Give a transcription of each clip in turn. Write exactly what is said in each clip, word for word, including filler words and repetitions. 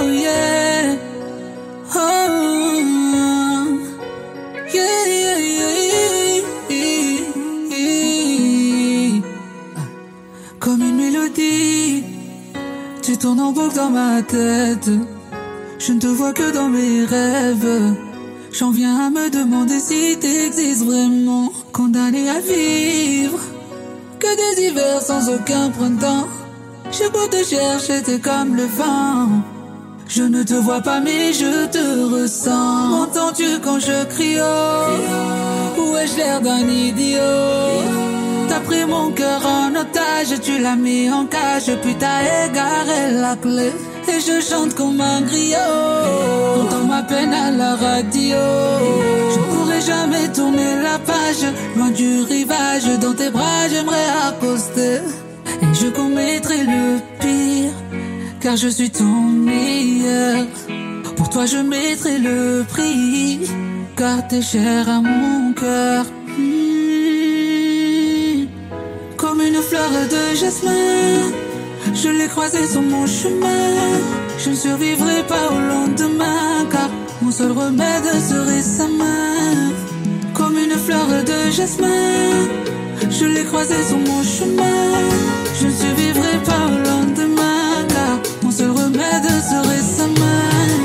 oh yeah. Oh, yeah, yeah, yeah, yeah. Comme une mélodie, tu tournes en boucle dans ma tête. Je ne te vois que dans mes rêves. J'en viens à me demander si t'existes vraiment. Condamné à vivre que des hivers sans aucun printemps. J'ai beau te chercher, t'es comme le vent. Je ne te vois pas mais je te ressens. M'entends-tu quand je crie oh? Où ai-je l'air d'un idiot? T'as pris mon cœur en otage, tu l'as mis en cage, puis t'as égaré la clé. Et je chante comme un griot, entends ma peine à la radio. Je ne pourrai jamais tourner la page, loin du rivage. Dans tes bras j'aimerais accoster, et je commettrai le pire, car je suis ton meilleur. Pour toi je mettrai le prix, car t'es cher à mon cœur. Mmh. Comme une fleur de jasmin, je l'ai croisée sur mon chemin. Je ne survivrai pas au lendemain, car mon seul remède serait sa main. Comme une fleur de jasmin, je l'ai croisée sur mon chemin. Je ne survivrai pas au lendemain, car mon seul remède serait sa main.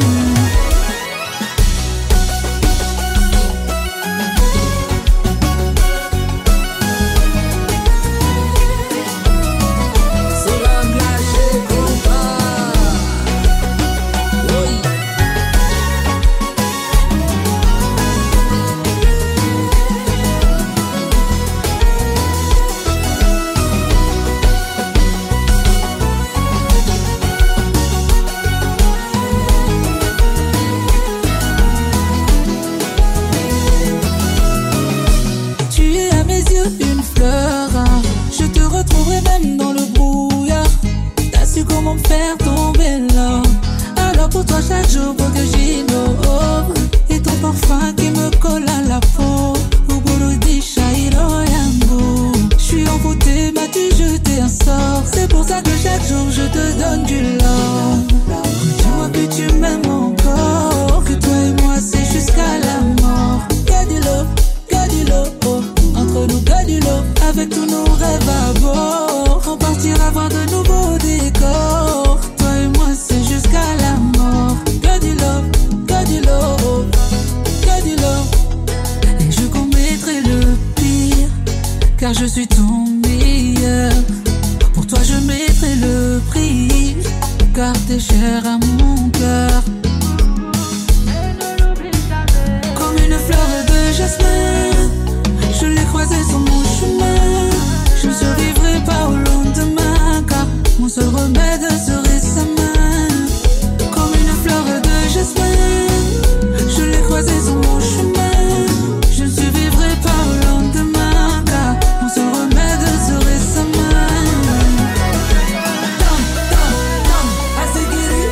Faire tomber là. Alors pour toi chaque jour pour que j'innove, et ton parfum qui me colle à la peau. Ubuludi Shairo Yango. J'suis envoûté, m'as-tu jeté un sort? C'est pour ça que chaque jour je te donne du love. Dis-moi que tu m'aimes encore, que toi et moi c'est jusqu'à la mort. Que du love, que du love, entre nous que du love. Avec tous nos rêves à bord, on partira voir de nouveaux décors. Toi et moi c'est jusqu'à la mort. Que du love, que du love, que du love. Et je commettrai le pire, car je suis ton meilleur. Pour toi je mettrai le prix, car t'es cher à mon cœur. Comme une fleur de jasmin, je l'ai croisée sur mon chemin. Je ne survivrai pas au lendemain, car mon seul remède serait sa main. Comme une fleur de jasmin, je l'ai croisée sur mon chemin. Je ne survivrai pas au lendemain, car mon seul remède serait sa main. Tam, tam, tam, Asegiri.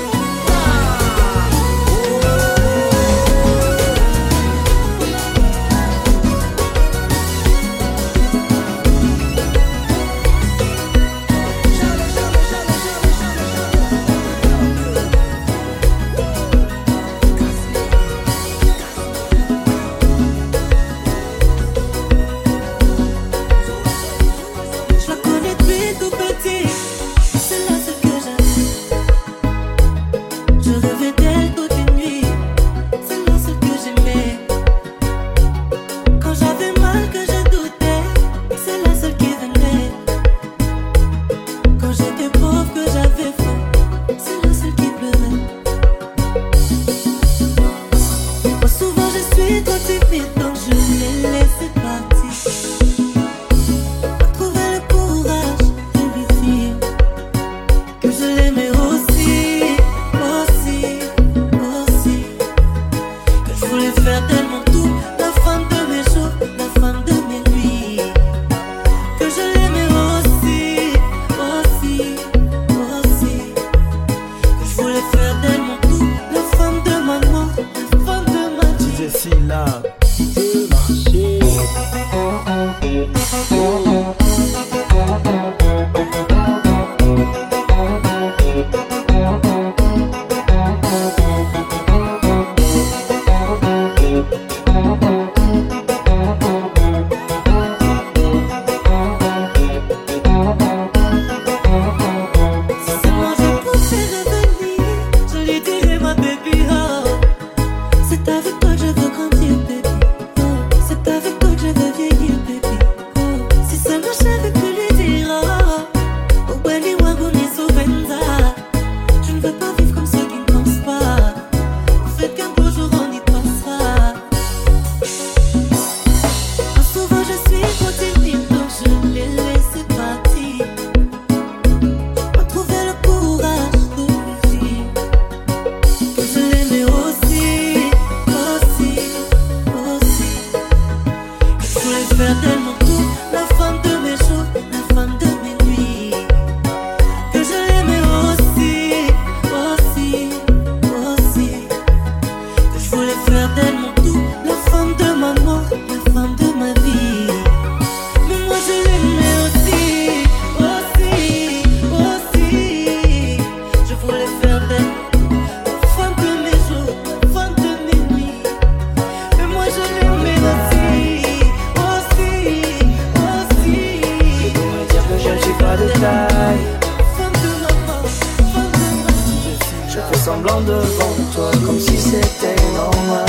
semblant devant toi comme si c'était normal.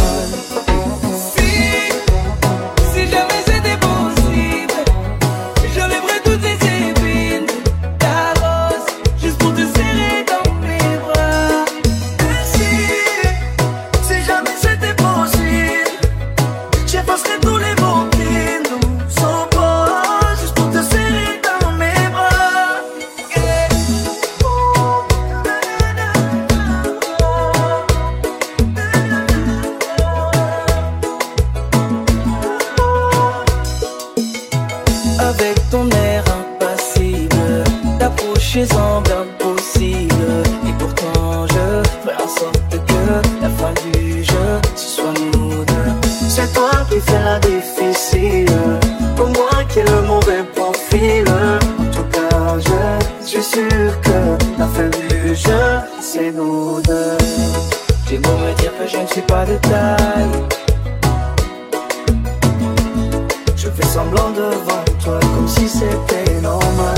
Semble impossible et pourtant je ferai en sorte que la fin du jeu ce soit nous deux. C'est toi qui fais la difficile, pour moi qui ai le mauvais profil. En tout cas je suis sûr que la fin du jeu c'est nous deux. J'ai beau me dire que je ne suis pas de taille, je fais semblant devant toi comme si c'était normal.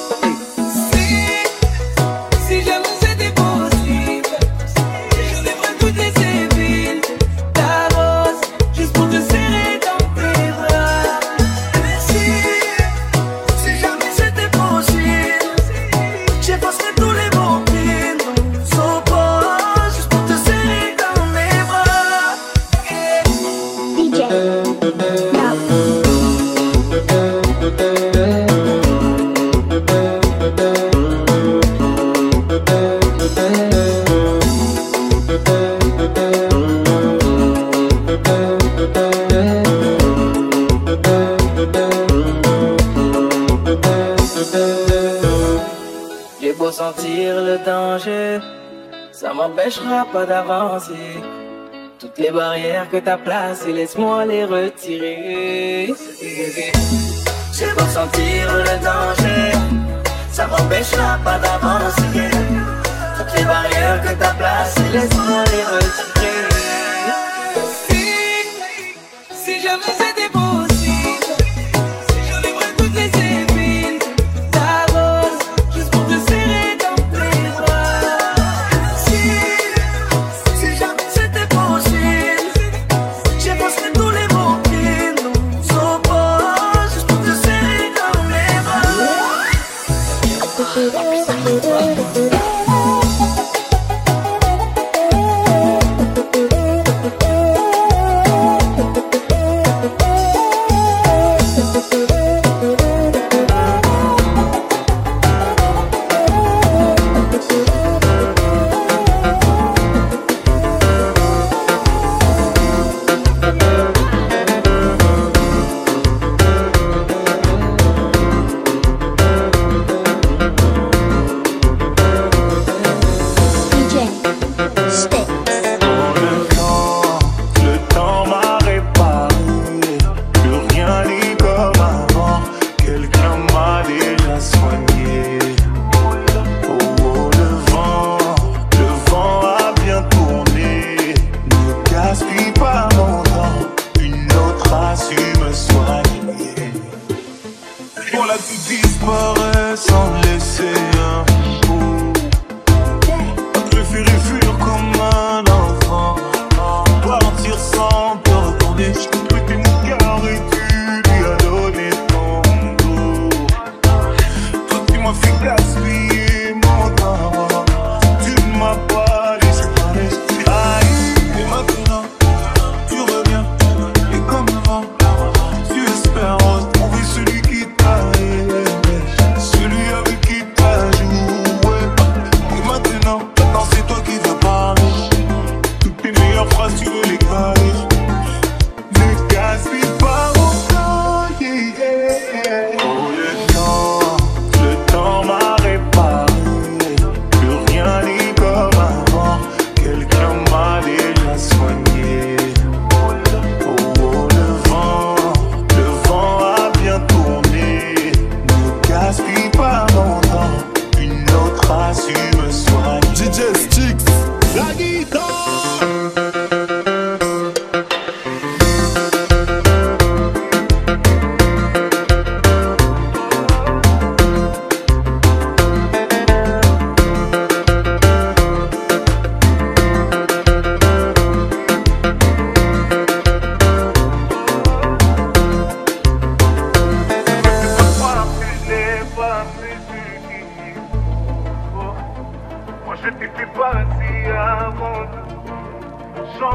J'ai beau sentir le danger, ça m'empêchera pas d'avancer. Toutes les barrières que t'as placées, laisse-moi les retirer. J'ai beau sentir le danger, ça m'empêchera pas d'avancer. Toutes les barrières que t'as placées, laisse-moi les retirer. Si, si jamais c'était possible, j'enlèverais toutes les épines, ta rose, juste pour te serrer dans tes bras. Si, si jamais c'était possible, j'effacerais tous les mots qui nous opposent, juste pour te serrer dans mes bras.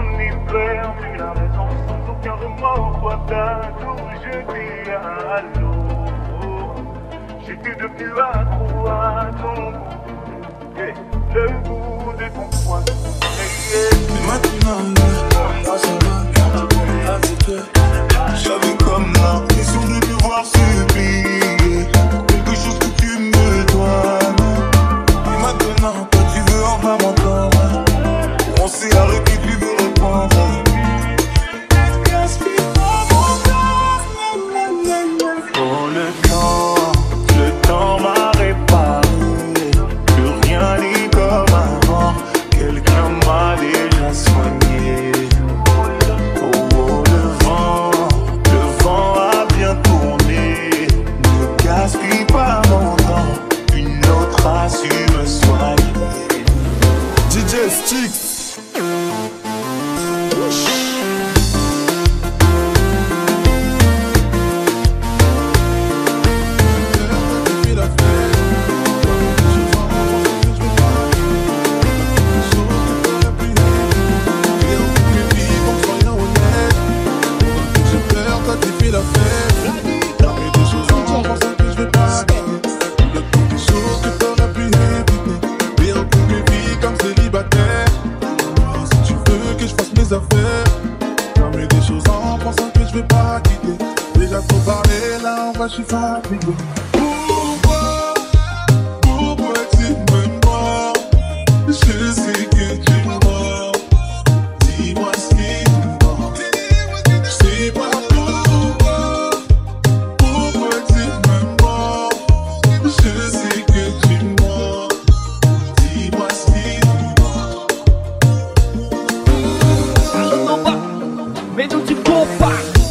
somnifère, tu as raison, sans aucun remords, toi t'as tout, je dis allô. J'étais devenu accro à ton goût, hey, le goût de ton poison. Hey, hey. Mais maintenant, ah, ça va, avec toi. J'avais comme l'impression de devoir supplier quelque chose que tu me dois. Et maintenant, toi tu veux enfin m'entendre. On s'est arrêté, tu veux répondre. Gaspille pas mon temps. Oh le temps, le temps m'a réparé. Plus rien n'est comme avant. Quelqu'un m'a déjà soigné. Oh, oh le vent, le vent a bien tourné. Ne gaspille pas mon temps. Une autre a su me soigner. D J Sticks. Je suis fatigué. Pourquoi, pourquoi tu me mens? Je sais que tu mens. Dis-moi ce qui te manque. Je sais pas pourquoi, pourquoi tu me mens. Je sais que tu mens. Dis-moi ce qui te manque. Mais non, tu cours pas.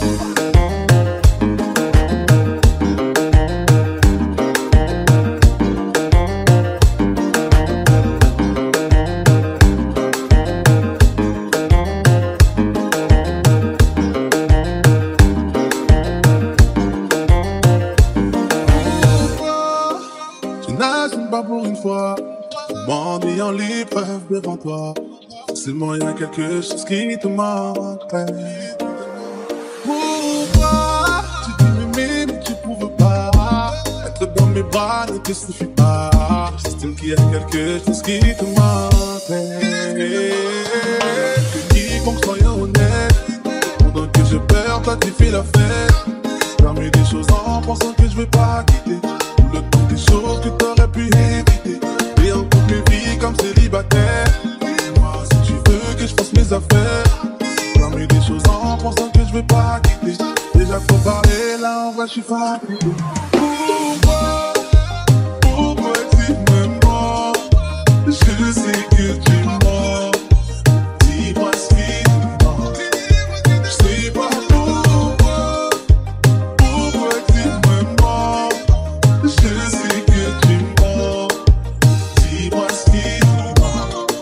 L'épreuve devant toi, forcément il y a quelque chose qui te manquerait. Pourquoi tu dis m'aimer mais tu prouves pas? Être dans mes bras ne te suffit pas. J'estime qu'il y a quelque chose qui te manquerait. Que quiconque soit honnête, pendant que je perds, toi tu fais la fête. Parmi des choses en pensant que je vais pas quitter. Tout le temps des choses que t'aurais pu éviter. Et en toute mes vies comme célibataire. Dis-moi si tu veux que je fasse mes affaires. Parmi des choses en pensant que je vais pas quitter. Déjà trop parlé, là en vrai je suis fatigué. Pourquoi, pourquoi tu me mens? Je sais que tu mens. Dis-moi ce qui te manque. Je sais pas pourquoi, pourquoi tu me mens. Je sais que tu mens. Dis-moi ce qui te manque.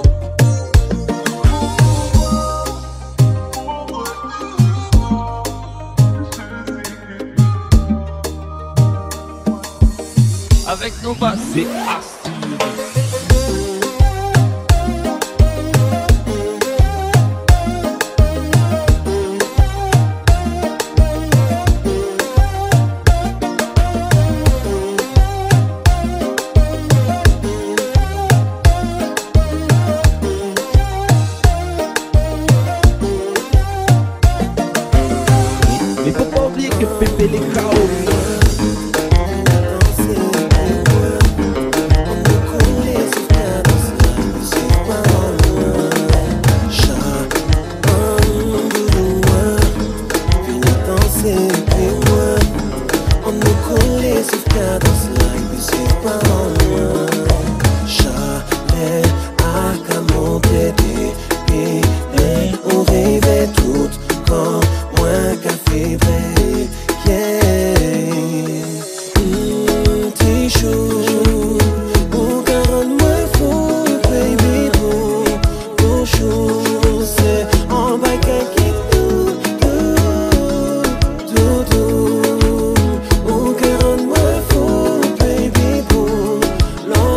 Avec nos bases, c'est Astrid. Mais faut pas oublier que Pépé les K O.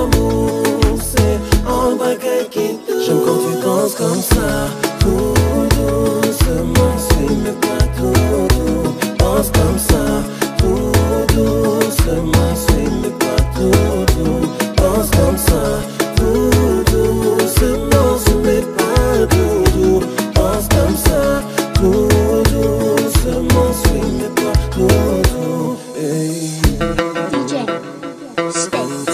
J'aime quand tu danses comme ça. Ouh. suis, mais pas tout doux. Pense comme ça, tout doucement, suis, mais pas tout doux. Pense comme ça, tout doucement, suis, mais pas tout doux. Pense comme ça, tout doucement, suis, mais pas tout doux. Hey. D J States.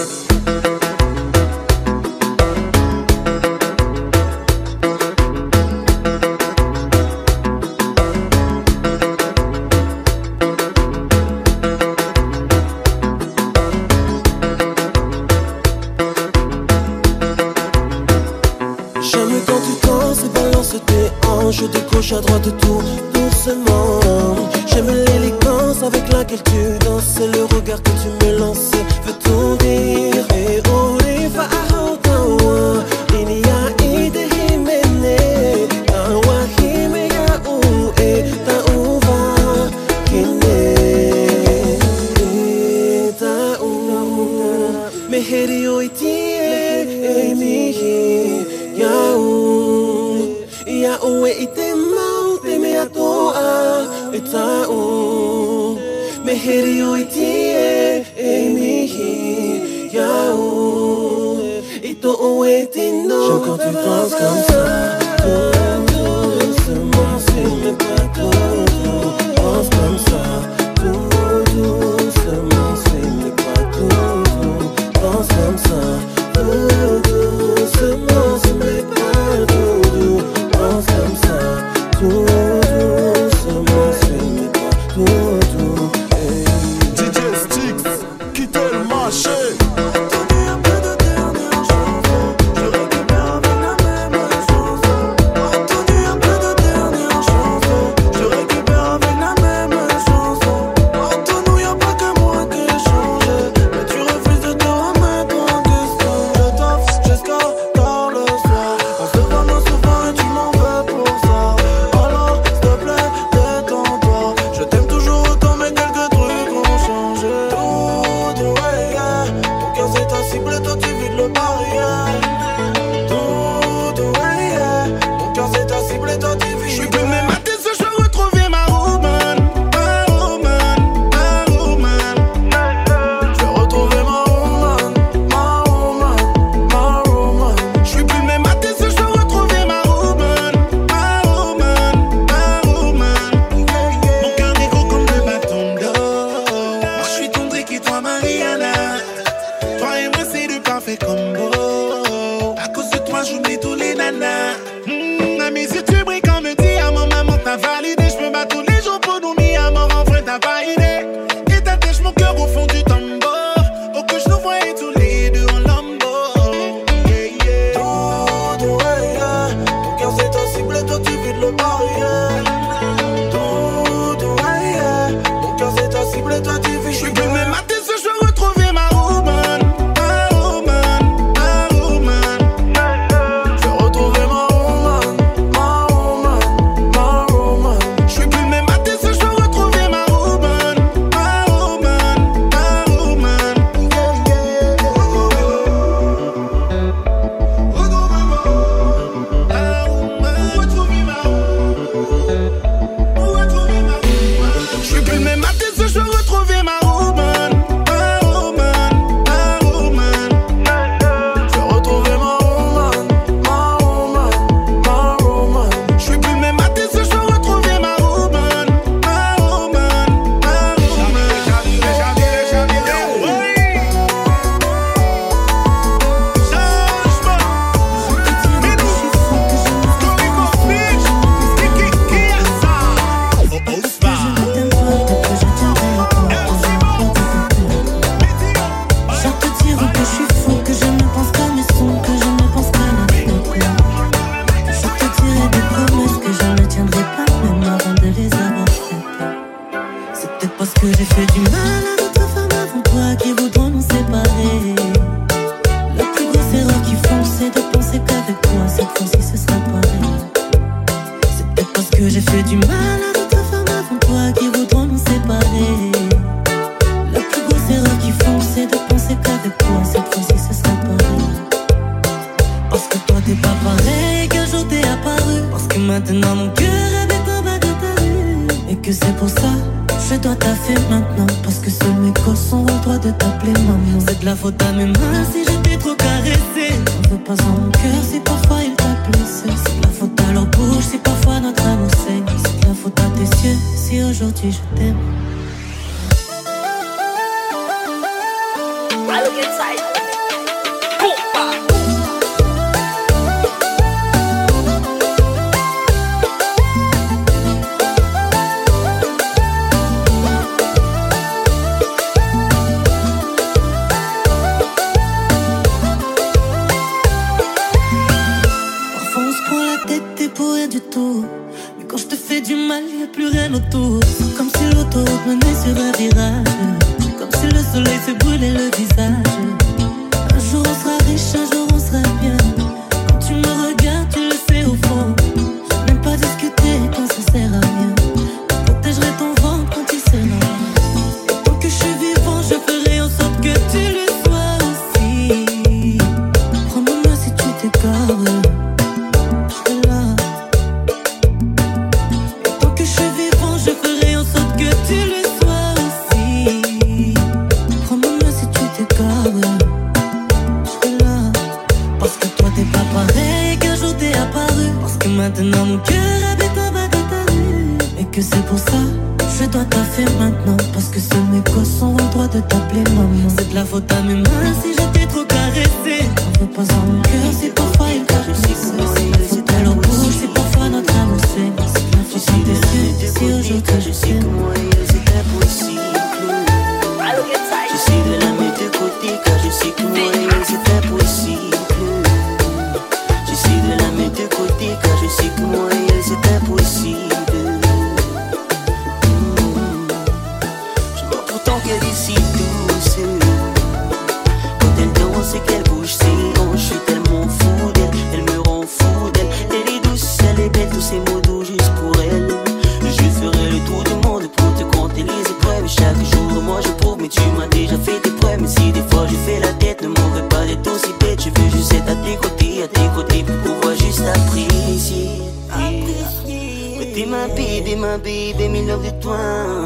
Je décroche à droite tout doucement. J'aime l'élégance avec laquelle tu danses. C'est le regard que tu me lances, veut tout dire. Et oh, les fa'ahotawa Inia ide himene Tawa hime ya u e Tauva kine E Tau Meheri oitie E mihi ya u Ya uwe ite mau te mea toa e tau Meheri o itie e mihi Ya u Ito uwe tino Je quand tu penses comme ça Tout doucement, suis mais pas tout doux Pense comme ça Tout doucement, suis mais pas tout doux Pense comme ça Tout doucement, suis mais pas tout doux Pense comme ça, tout doucement, suis mais pas tout doux. Hey. D J Sticks, quitte le marché. Attendez un peu de dernière chanson, je récupère avec la même chanson. Attendez un peu de dernière chanson, je récupère avec la même chanson. Entre nous y'a pas que moi qui ai changé, mais tu refuses de te remettre en question. Je t'offre jusqu'à tard le soir, on se voit moins souvent et tu m'en veux pour ça. Alors s'il te plaît détends-toi, je t'aime toujours autant mais quelques trucs ont changé. Tout, tout, ouais, yeah. Ton cœur c'est ta cible et toi tu vides le barrière. Tout, tout, ouais, yeah. Mon cœur c'est ta cible et toi tu vides. J'suis plus même matin ce je veux retrouver ma woman. Ma woman, ma woman. Je vais retrouver ma woman, ma woman, ma woman. J'suis plus même matin ce je veux retrouver ma woman. Ma woman, ma woman. Mon cœur négro comme le bâton d'or. Moi j'suis ton Drake et toi Mariana. Toi et moi c'est le parfait combo. À cause de toi j'oublie tous les nanas. Mmh, à mes yeux tu brilles comme un diamant. Maman t'as validé. J'me bats tous les jours pour nous mis à mort. En vrai t'as pas idée. Et t'attaches mon cœur au fond du tambour. Pour que je nous voie tous les deux en lambeau. Yeah, yeah. Tout, tout, ouais, yeah. Mon cœur c'est ta cible et toi tu vides le barrière. Tout, tout, ouais, yeah. Mon cœur c'est ta cible et toi tu vides. J'suis plus même matin ce je veux retrouver ma woman. Ma woman, ma woman. Je vais retrouver ma woman, ma woman, ma woman. J'suis plus même matin ce je veux retrouver ma woman. Ma woman, ma woman. Yeah, yeah. Retrouver ma woman. Retrouver ma woman. J'suis plus même matin ce je veux retrouver ma woman. Ma woman, ma woman. Je vais retrouver ma woman, ma woman, ma woman. J'suis plus même matin ce je veux retrouver ma woman. Ma woman, ma woman. Maintenant mon cœur avec un bas de ta rue. que c'est pour ça, je dois taffer maintenant. Parce que seuls mes gosses ont le droit de t'appeler maman. C'est de la faute à mes mains si j'étais trop caressée. On veut pas sans mon cœur si parfois il t'a blessé. C'est de la faute à leur bouche si parfois notre amour saigne. C'est de la faute à tes yeux si aujourd'hui je t'aime. Autour. Comme si l'autoroute menait sur un virage. Comme si le soleil se brûlait le visage. Un jour on sera riche, un jour on sera bien. Quand tu me regardes, tu le sais au fond. Même pas discuter quand ça sert à rien. Je protégerai ton ventre quand il sera. Et tant que je suis vivant, je ferai en sorte que tu le sois aussi. Prends-moi si tu t'égares. Maintenant mon cœur habite en bas de ta rue. Et que c'est pour ça, je dois taffer maintenant. Parce que seuls mes gosses ont le droit de t'appeler maman. C'est de la faute à mes mains si j'étais trop caressée. On veut pas sans mon cœur si parfois il t'a blessé. C'est de la faute à leur bouche si parfois notre amour saigne. C'est de la faute à tes yeux si aujourd'hui je sais que moi et elle c'était possible. J'essaie de la mettre de côté car je sais que moi et elle c'était possible. J'essaie de la mettre de côté car je sais que moi et elle c'est impossible. mmh. Je vois pourtant qu'elle est si douce. Quand elle danse et qu'elle bouge ses hanches, je suis tellement fou d'elle. Elle me rend fou d'elle. Elle est douce, elle est belle, tous ces mots doux juste pour elle. Je ferai le tour du monde pour te compter les épreuves. Chaque jour moi je prouve, mais tu m'as déjà fait tes preuves. Mais si des fois je fais la tête, ne m'en veux pas d'être aussi bête. Je veux juste être à tes côtés, à tes côtés pour pouvoir juste apprécier. Mais t'es ma baby, ma baby, me love de toi.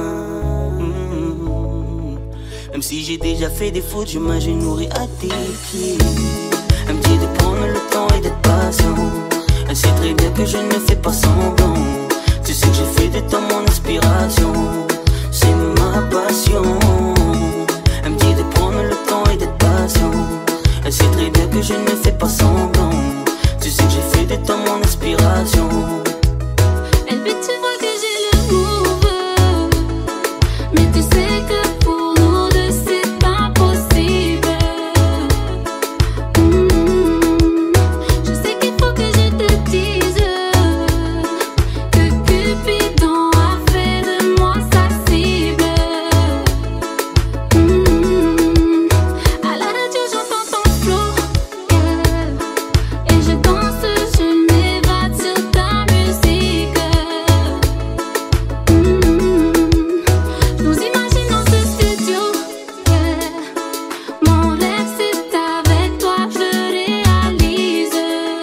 mm-hmm. Même si j'ai déjà fait des fautes, je m'agenouillerai à tes pieds. Elle me dit de prendre le temps et d'être patient. Elle sait très bien que je ne fais pas semblant. Tu sais que j'ai fait de toi mon inspiration. C'est ma passion. Elle me dit de prendre le temps et d'être patient. Elle sait très bien que je ne fais pas semblant. Tu sais que j'ai fait de toi mon inspiration. Elle veut tu vois que j'ai le move. Mais tu sais que pour nous deux c'est impossible. mmh. Je sais qu'il faut que je te dise que Cupidon a fait de moi sa cible. mmh. À la radio j'entends ton flow, yeah. Et je danse, je m'évade sur ta musique. mmh. Je nous imagine dans ce studio, yeah. Mon rêve c'est avec toi, je réalise.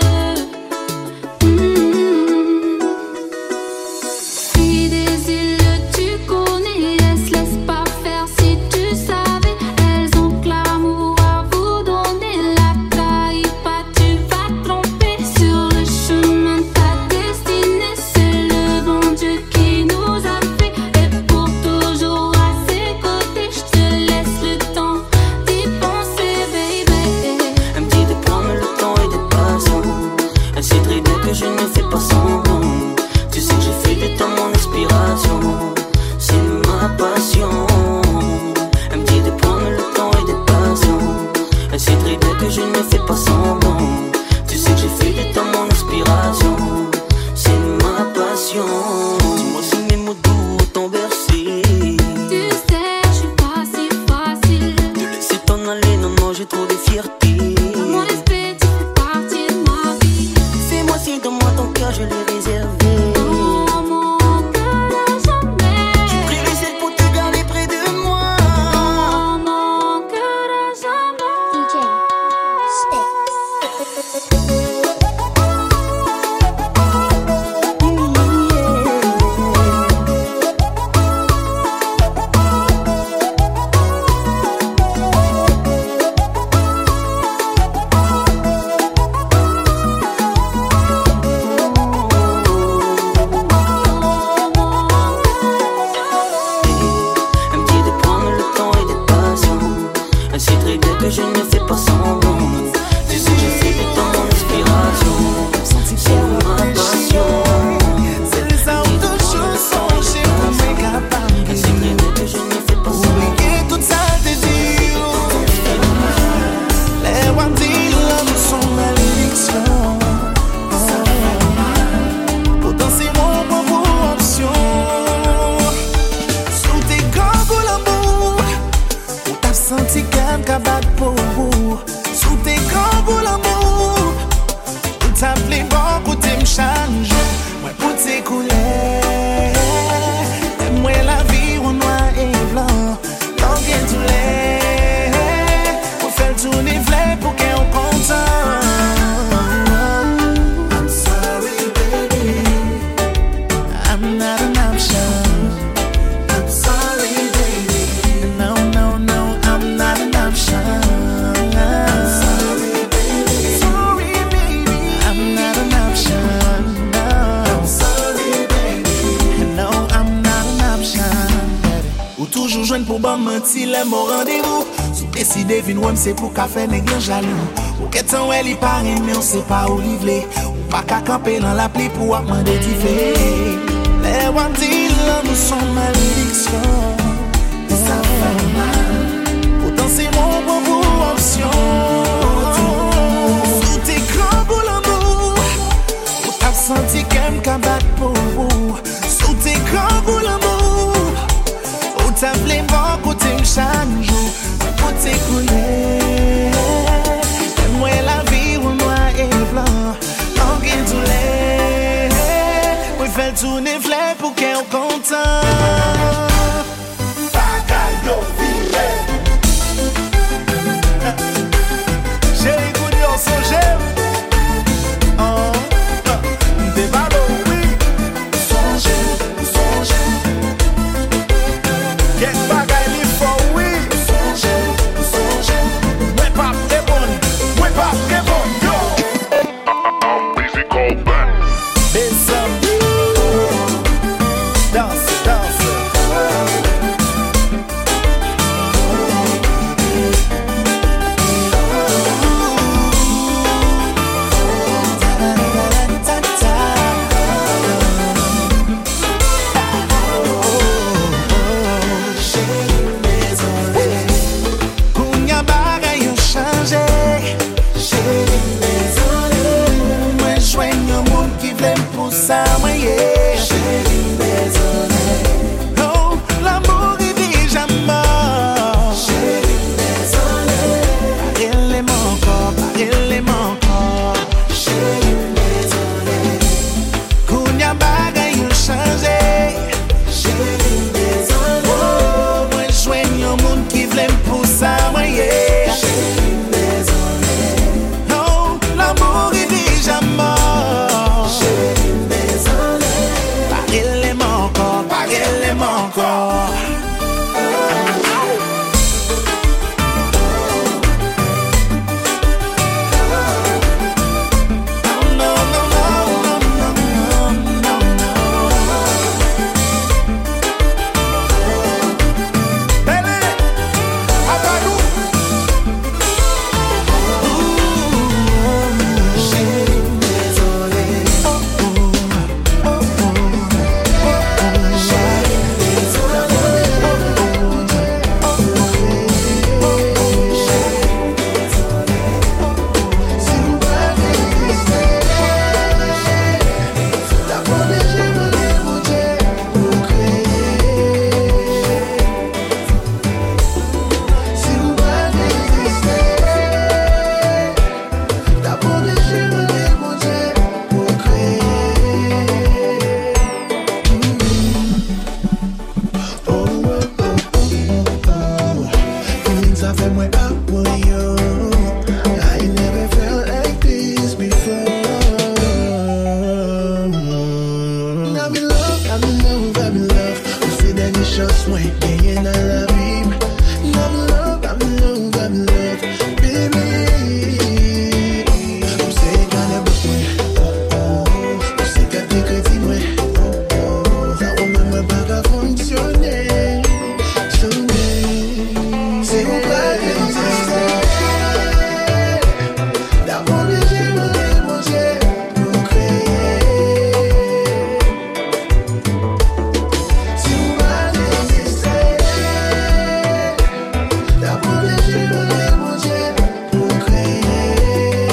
mmh. Filles des îles, tu connais, elles se laissent pas faire si tu savais. Elles ont que l'amour à vous donner. La caille pas, tu vas te tromper. Sur le chemin de ta destinée, c'est le bon Dieu qui nous a fait. Et pour toujours à ses côtés, je te laisse le temps d'y penser, baby. Elle me dit de prendre le temps et d'être patient. Elle sait très bien que je ne fais pas semblant. Tu sais que j'ai fait de toi mon inspiration. C'est ma passion. Elle me dit de prendre le temps et d'être patient. Elle sait très bien que je ne fais pas semblant. Tu sais que j'ai fait de toi mon inspiration. C'est ma passion. Dis-moi si mes mots doux t'ont bercé. Tu sais, je suis pas si facile. Te laisser t'en aller, non, non, j'ai trop de fierté. Mon respect, tu fais partie de ma vie. Fais-moi si dans moi ton cœur je l'ai réservé. Dans mon cœur à jamais. J'ai pris les ailes pour te garder près de moi. Dans mon cœur à jamais. D J Sticks. joindre pour bon mentir, les mots rendez-vous. Si décidé, vin ouem, c'est pour café, n'est rien jaloux. Ou qu'est-ce ouais, il paraît, mais on sait pas où livrer. Ou pas qu'à camper dans la pluie pour demander d'y faire. Les wandis, là, nous sommes malédiction. Et ça fait mal. Pourtant, c'est mon bon pour option. Sous tes grands pour l'amour. Ou t'as senti qu'elle m'a battu pour vous. Sous tes grands pour l'amour. Ou t'as voulu voir côté chaque jour. Côté coulé. Moi la vie ou noir et blanc. Langue tous les. Oui, fait tourner fleur pour qu'elle soit content. Bagayo viré. Chérie, goûte en son j'aime. Oh, des ballons, oui. Songe, songe. Get bagaille, il faut, oui. Songe, songe. Whip up, t'es bonne. Whip up, t'es bonne, yo. Bésame. Danse, danse. Kounya bagay yo chanje. Chérie, désolé. Moi joigne un monde qui vle m'pousser moi yeah. Chérie, désolé. Oh, l'amour est déjà mort. Chérie, désolé. Parle-les encore, parle-les encore. Chérie, désolé. Kounya bagay yo chanje. Chérie, désolé. Oh, moi joigne un monde qui vle m'pousser moi yeah. Chérie, désolé. Oh, l'amour est déjà mort. Chérie, désolé. Parle-les encore, parle-les encore. No, no, no, no, no, no, no, no. Bébé, à nous. Chérie, désolé. Oh, oh, oh, oh. Chérie, désolé. Oh, oh, oh, oh. Chérie, désolé. Si vous m'avez laissé, la première j'ai donné mon Dieu pour créer. Si vous m'avez laissé, la première j'ai donné mon Dieu pour créer. Oh, oh, oh, oh, oh. Feelings I felt when I was young. I never felt like this before. I'm in love, I'm in love, I'm in love. On fait des choses, ouais, et y'en a la vie. I'm in love, I'm in love, I'm in love, baby. On sait qu'on a besoin. On sait qu'à tes crédits, ouais. Ça va même pas qu'à fonctionner. C'est vous pas d'abord j'ai donné mon Dieu pour créer. Si vous m'avez laissé, d'abord j'ai donné mon Dieu pour créer.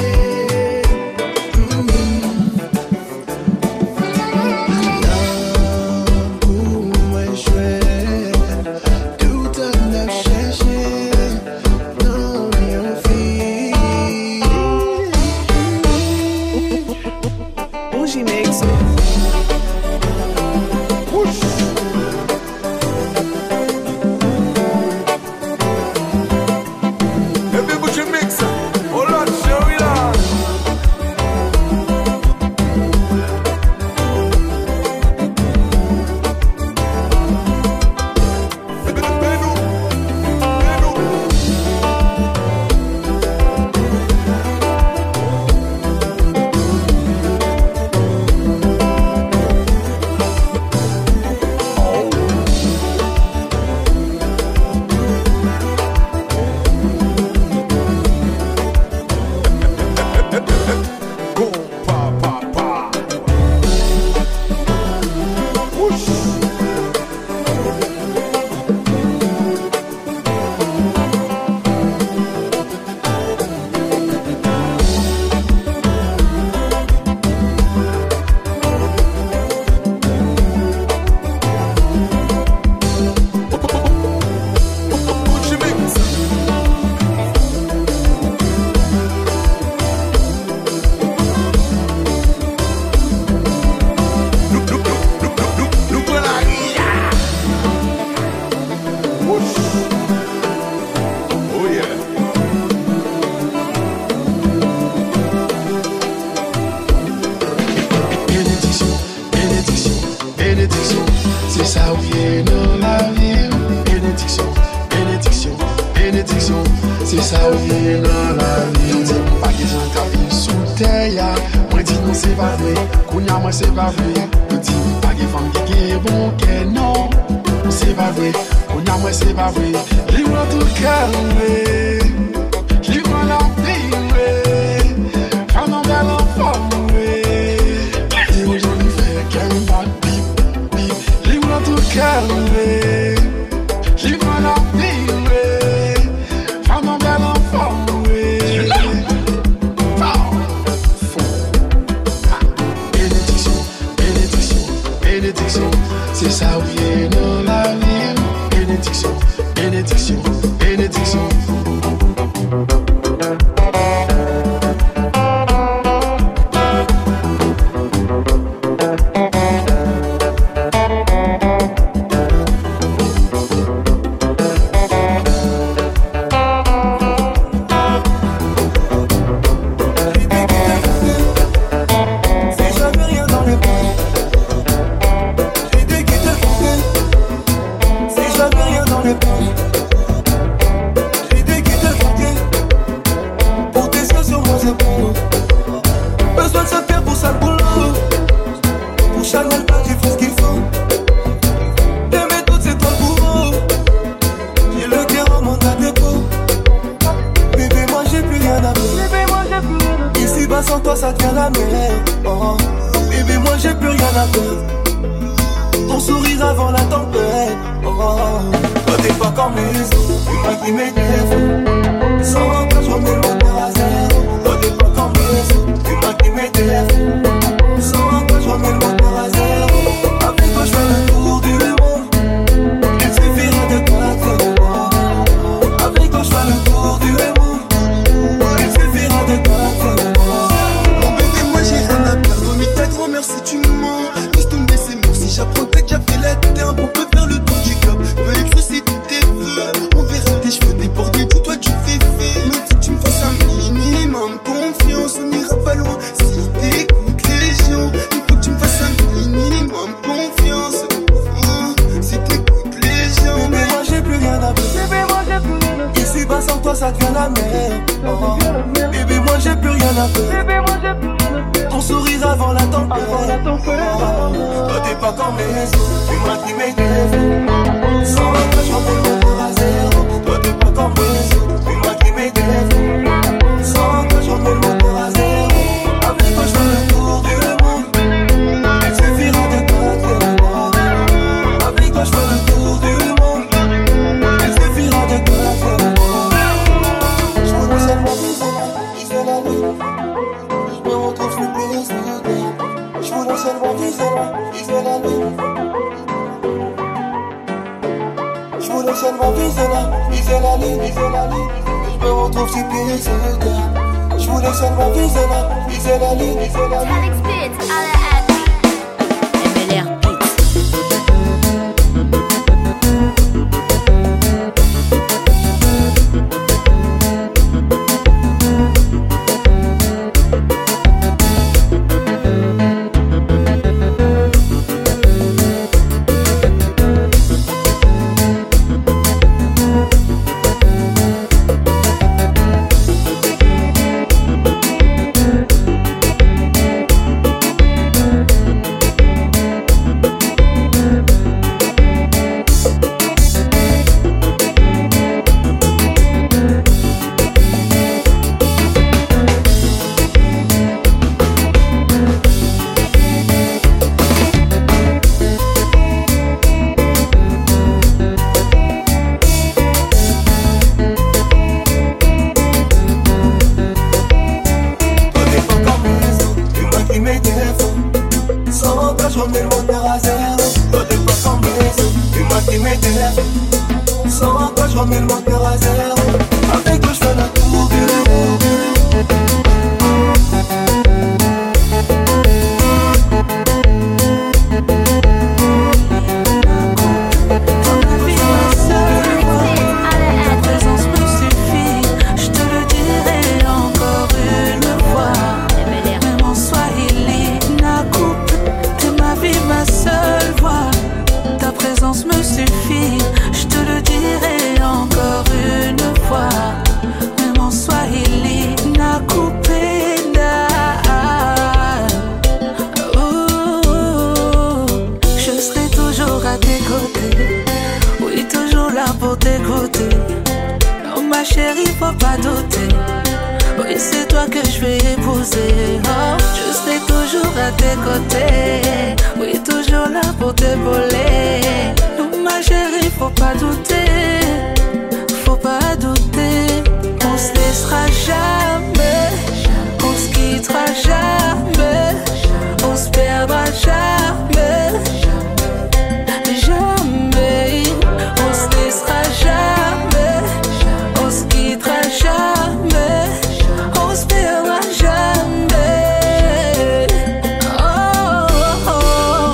Là où moi je vais, tout un a cherché dans mes filles. Bougie mix. Baby, Bougie mix. Oh Lord, show it on. Baby, Benu, Benu. ça oui dans la vie. On dit pas que j'en cabine sous terre. Moi dis non c'est pas vrai, Kounia moi c'est pas vrai. On dit pas que femme qui est bon que non, c'est pas vrai, Kounia moi c'est pas vrai. Livre tout calme, livre la vie, femme en belle enfant. Et aujourd'hui fait qu'un bad bip bip, livre tout calme, livre la vie. C'est ça oui est dans la vie. Bénédiction, bénédiction, bénédiction. me suffit, je te le dirai encore une fois. chérie, faut pas douter. Oui, c'est toi que je vais épouser. Oh, je serai toujours à tes côtés. Oui, toujours là pour t'épauler. Oh, ma chérie, faut pas douter. Faut pas douter. On se laissera jamais. On se quittera jamais. On se perdra jamais. Jamais. On se laissera jamais. On se quittera jamais. On se perdra jamais. Oh, oh, oh,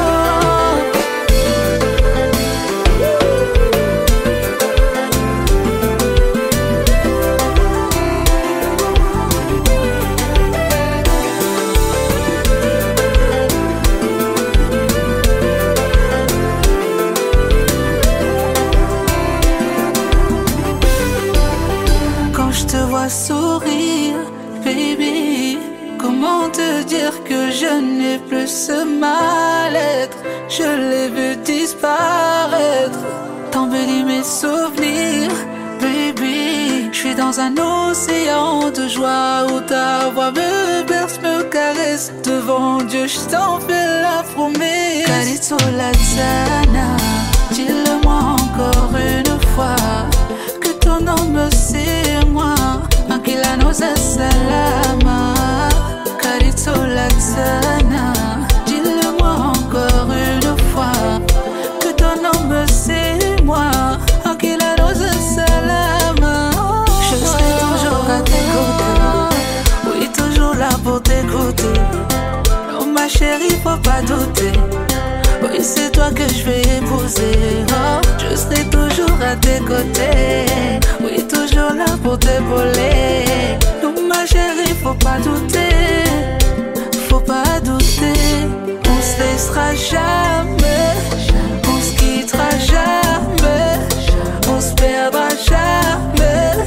quand je te vois sourire, baby, comment te dire que je n'ai plus ce mal-être? Je l'ai vu disparaître, t'embellis mes souvenirs, baby. Je suis dans un océan de joie où ta voix me berce, me caresse. Devant Dieu, je t'en fais la promesse. Calypso Latsana, dis-le-moi encore une fois, que ton nom c'est moi. Akila noza salama, Calypso Latsana, dis-le-moi encore une fois, que ton nom c'est moi. Akila noza salama. Je serai toujours à tes côtés. Oui, toujours là pour t'écouter. Oh ma chérie, faut pas douter. Oui, c'est toi que je vais épouser. Oh, je serai toujours à tes côtés. Oui, toujours là pour t'épauler. Non, ma chérie, faut pas douter. Faut pas douter. On se laissera jamais. On se quittera jamais. On se perdra jamais.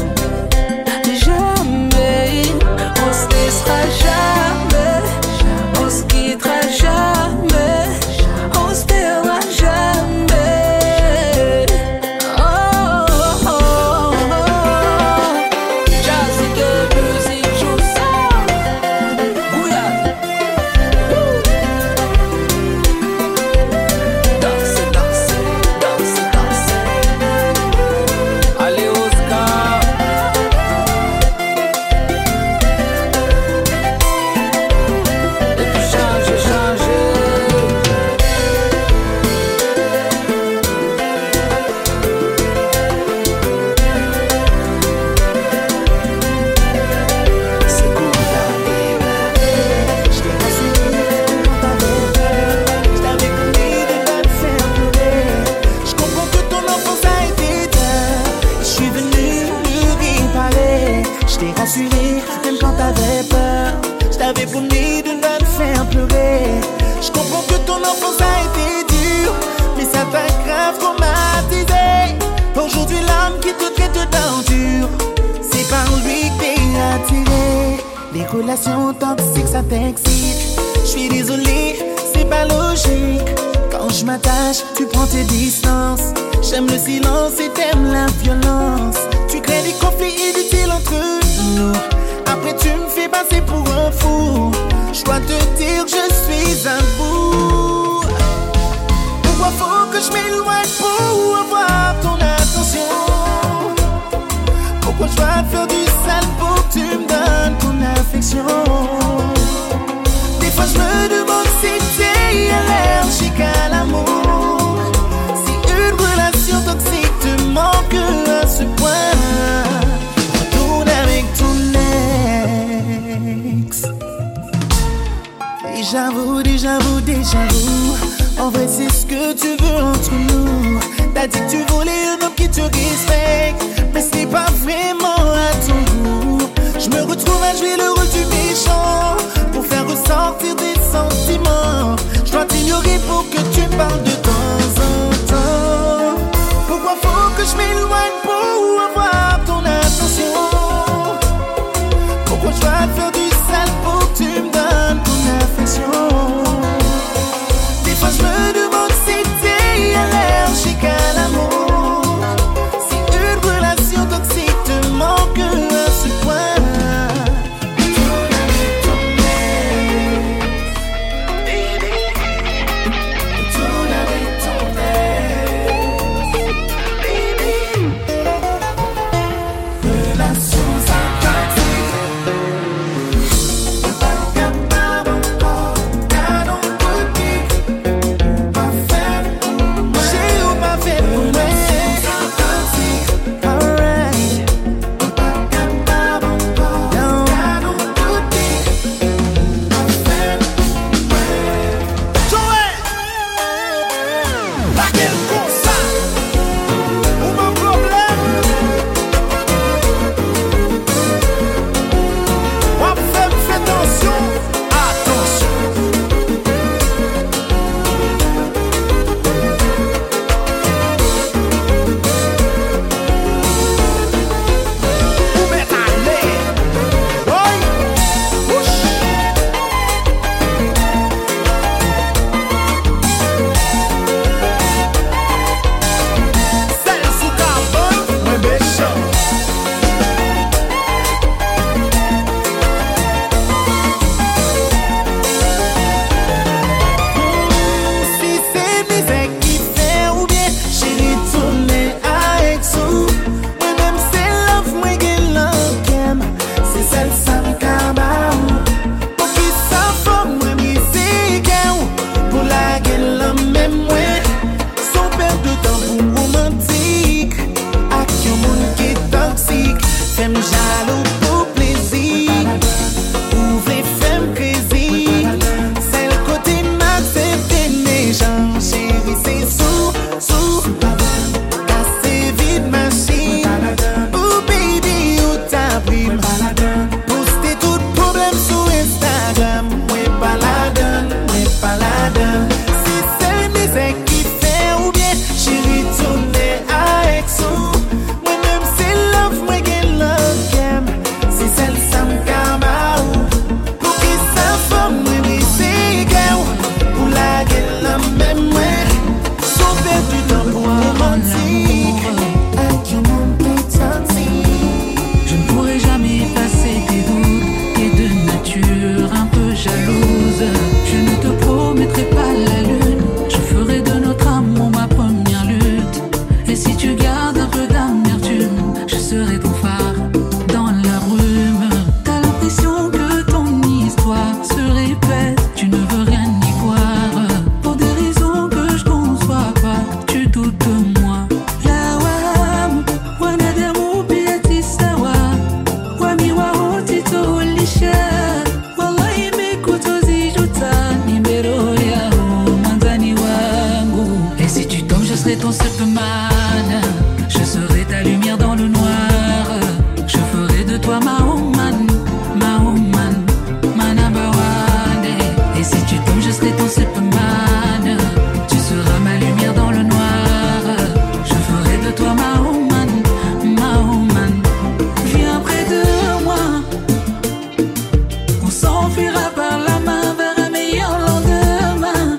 Jamais. On se laissera jamais. On se quittera jamais. On se perdra jamais. Oh, oh, oh, oh. Jazzy que musique joue ça. Gouya. Danse, danse, danse, danse. Allez Oscar. Et puis changer, changer. C'est cool, là, baby. Je t'ai rassuré quand t'avais peur. Je t'avais promis de pas te faire pleurer. Je comprends que ton enfance a été dure. Je suis venu lui parler. Je t'ai rassuré même quand t'avais peur. Je t'avais promis de pas te faire pleurer. Je comprends que ton enfance a été dure, mais ça t'a grave traumatisé. Aujourd'hui l'homme qui te traite d'ordure, c'est par lui que t'es attiré. Les relations toxiques ça t'excite. Je suis désolé, c'est pas logique. Quand je m'attache, tu prends tes distances. J'aime le silence et t'aimes la violence. Tu crées des conflits inutiles entre nous. Après tu me fais passer pour un fou. Je dois te dire que je suis un bout. Pourquoi faut que je m'éloigne pour avoir ton attention? Pourquoi je dois faire du sale pour que tu me donnes ton affection? Des fois je me demande si t'es allergique à l'amour. Si une relation toxique te manque à ce point, retourne avec ton ex. Déjà vu, déjà vu, déjà vu. En vrai c'est ce que tu veux entre nous. T'as dit que tu voulais un homme qui te respecte, mais ce n'est pas vraiment à ton goût. Je me retrouve à jouer le rôle du méchant pour faire ressortir des sentiments. Je dois t'ignorer pour que tu me parles de temps en temps. Pourquoi faut que je m'éloigne pour avoir ton attention? Pourquoi je dois faire du sale pour que tu me donnes ton affection? Des fois je me demande si t'es allergique à l'amour. Si une relation toxique ton Superman. Je serai ta lumière dans le noir. Je ferai de toi ma woman, ma woman, ma number one. Et si tu tombes, je serai ton Superman. Tu seras ma lumière dans le noir. Je ferai de toi ma woman, ma woman. Viens près de moi. On s'enfuira par la main vers un meilleur lendemain.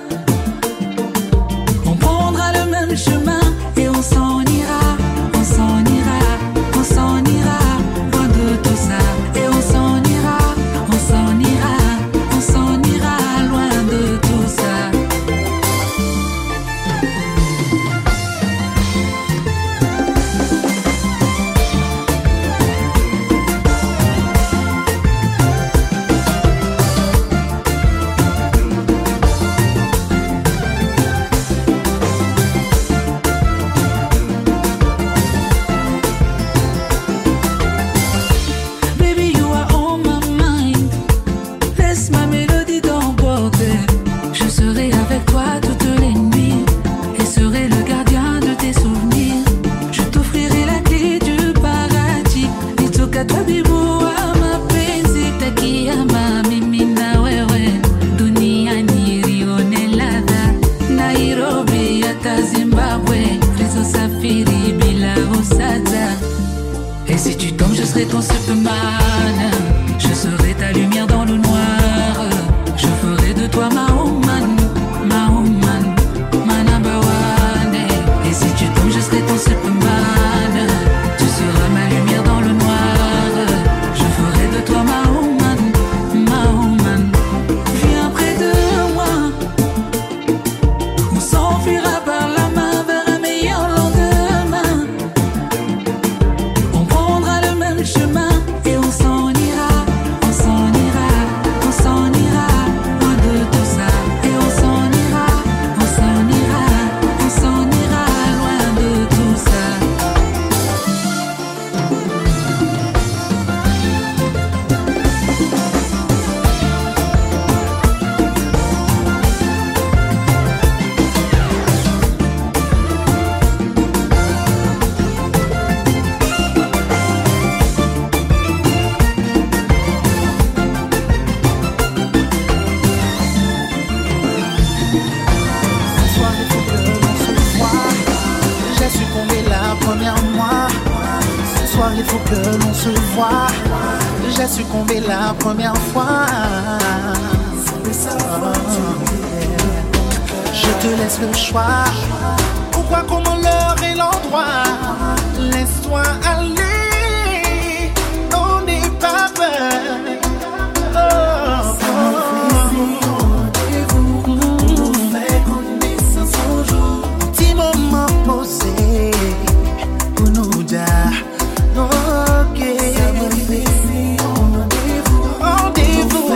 On prendra le même chemin et on s'en ira, on s'en ira, on s'en ira, loin de tout ça. Et on s'en ira, on s'en ira, on s'en ira, loin de tout ça. Baby, you are on my mind. Laisse ma mélodie t'emporter. Je serai avec toi toutes les nuits et serai le gardien de tes souvenirs. Je t'offrirai la clé du paradis. Nitoka tabibu ama penzi takiyama mimi na wewe duniani Rio Nelada Nairobi hata Zimbabwe tulisafiri bila usada. Et si tu tombes, je serai ton Superman. Je serai ta lumière dans le noir. Je ferai de toi ma woman, ma woman, ma number one. Et si tu tombes, je serai ton Superman. Tu seras ma lumière dans le noir. Je ferai de toi ma woman, ma woman. Viens près de moi. On s'enfuira par la main vers un meilleur lendemain. On prendra le même chemin et on s'en ira, on s'en ira, on s'en ira, loin de tout ça. Et on s'en ira, on s'en ira, on s'en ira, loin de tout ça. Ce soir il faut que l'on se voit. J'ai succombé la première fois. Ce soir il faut que l'on se voit. J'ai succombé la première fois. Je te laisse le choix. Pourquoi, comment, l'heure et l'endroit. Laisse-toi aller. On n'est pas peur. Oh, petit moment posé pour nous dire ok. Rendez-vous.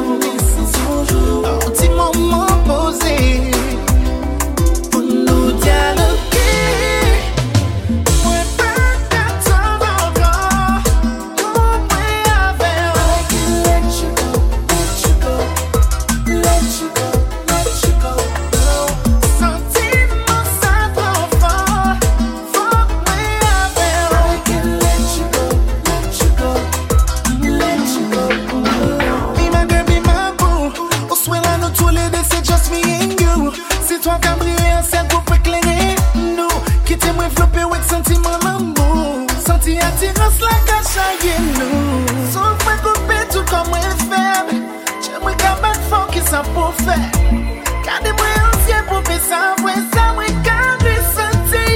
Un petit moment posé pour nous dialoguer. Moi pas d'attendre encore. Moi avec. Let you go, let you go, let you go, let you go. Sentiment ça trop fort, fort moi avec. I can let you go, let you go, let you go. Be my girl, be my boo. Au soir là nous tous les deux c'est just me and you. C'est toi qui as brillé un ciel pour éclairer nous. Quitter moi flopper avec sentiment l'amour. Senti attirance la cache nous. Sauf moi couper tout comme moi faible. J'aimerais qu'à battre fort qui ça pour faire. Gardez-moi ancien pour faire ça, ouais ça moi garder sentir.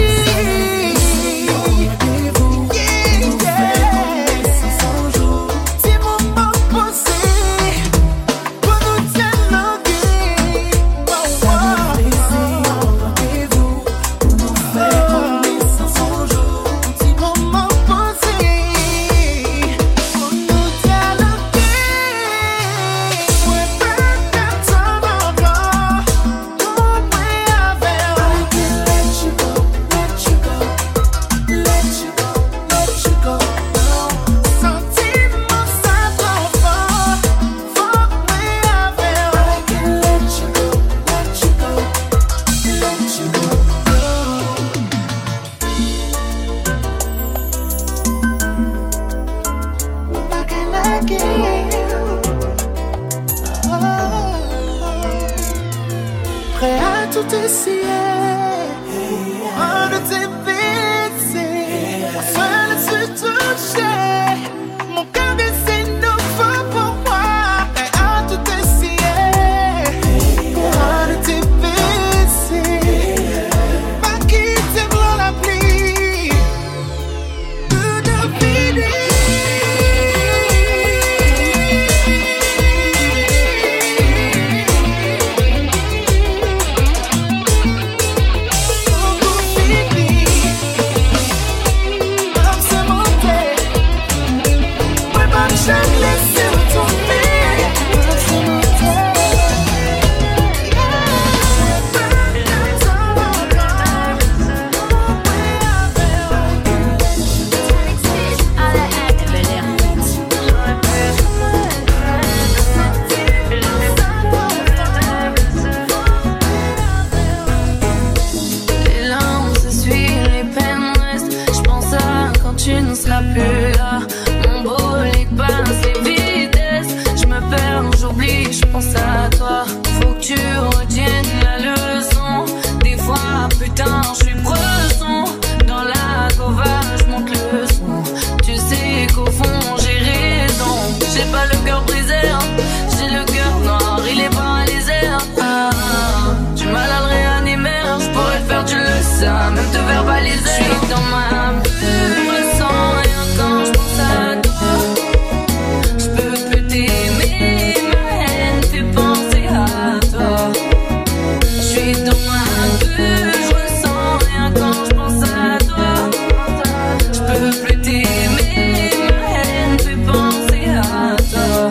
Let tout essayer, de t'éviter, seul se toucher, mon cœur c'est nouveau pour moi, et à tout essayer, de t'éviter, pas quitter dans la pluie, de deviner. Même te verbaliser, je suis dans ma bulle, je ressens rien quand je pense à toi. Je peux plus t'aimer, ma haine fait penser à toi. Je suis dans ma bulle, je ressens rien quand je pense à toi. Je peux plus t'aimer, ma haine fait penser à toi.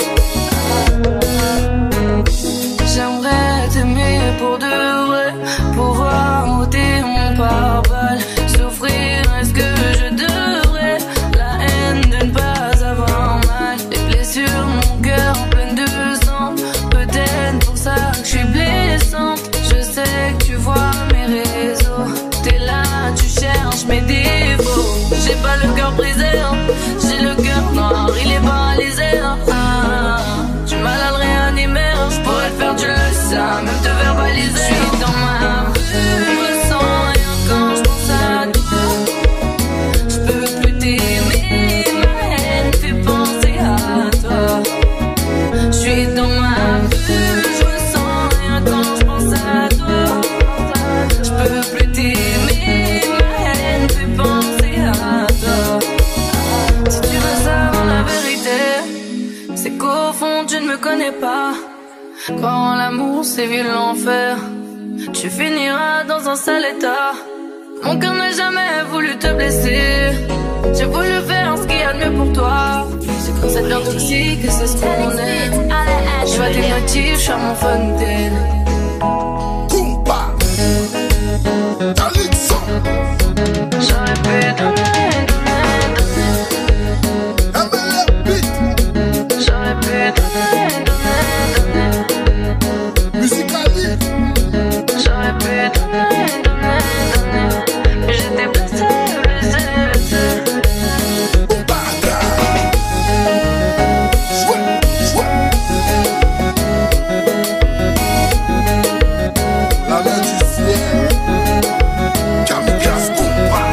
J'aimerais t'aimer pour de vrai, pouvoir ôter mon pare-balles, souffrir, est-ce que je devrais? La haine de ne pas avoir mal, les blessures, mon cœur plein de sang, peut-être pour ça que je suis blessante. Je sais que tu vois mes réseaux, t'es là, tu cherches mes défauts. J'ai pas le cœur brisé, hein. J'ai le cœur noir, il est paralysé, hein. Ah, du mal à le réanimer, hein. Je pourrais te faire du le ça, même te verbaliser. Je suis dans ma bulle, je ressens rien quand je pense à toi. Je peux plus t'aimer, ma haine fait penser à toi. Je suis dans ma bulle, je ressens rien quand je pense à toi. Je peux plus t'aimer, ma haine fait penser à toi. Si tu veux savoir la vérité, c'est qu'au fond tu ne me connais pas. Quand l'amour sévit l'enfer, tu finiras dans un sale état. Mon cœur n'a jamais voulu te blesser, j'ai voulu faire ce qu'il y a de mieux pour toi. C'est quand cette heure toxique, c'est ce qu'on est. Je vois tes motifs, je suis à mon fontaine. J'aurais pu donner, donner, donner. J'aurais pu donner, donner, donner. Musicali. J'aurais pu donner, donner, donner. Mais j'étais blessé, blessé, blessé. La main du ciel. Kamikaze combat.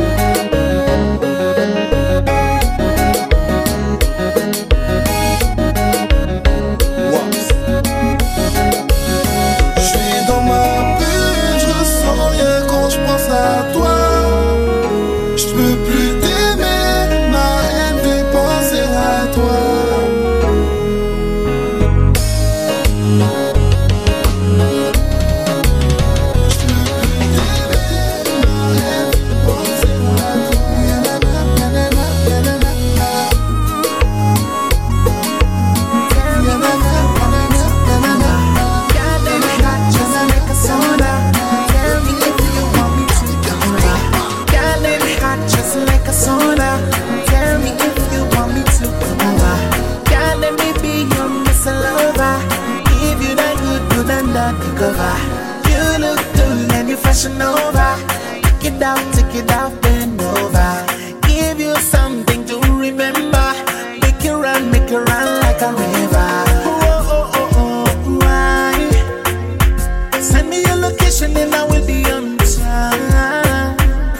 cover. You look good and you fashion over. Take it out, take it out, bend over. Give you something to remember. Make it run, make it run like a river. Oh, oh, oh, oh, why? Send me your location. patient and I will be on time.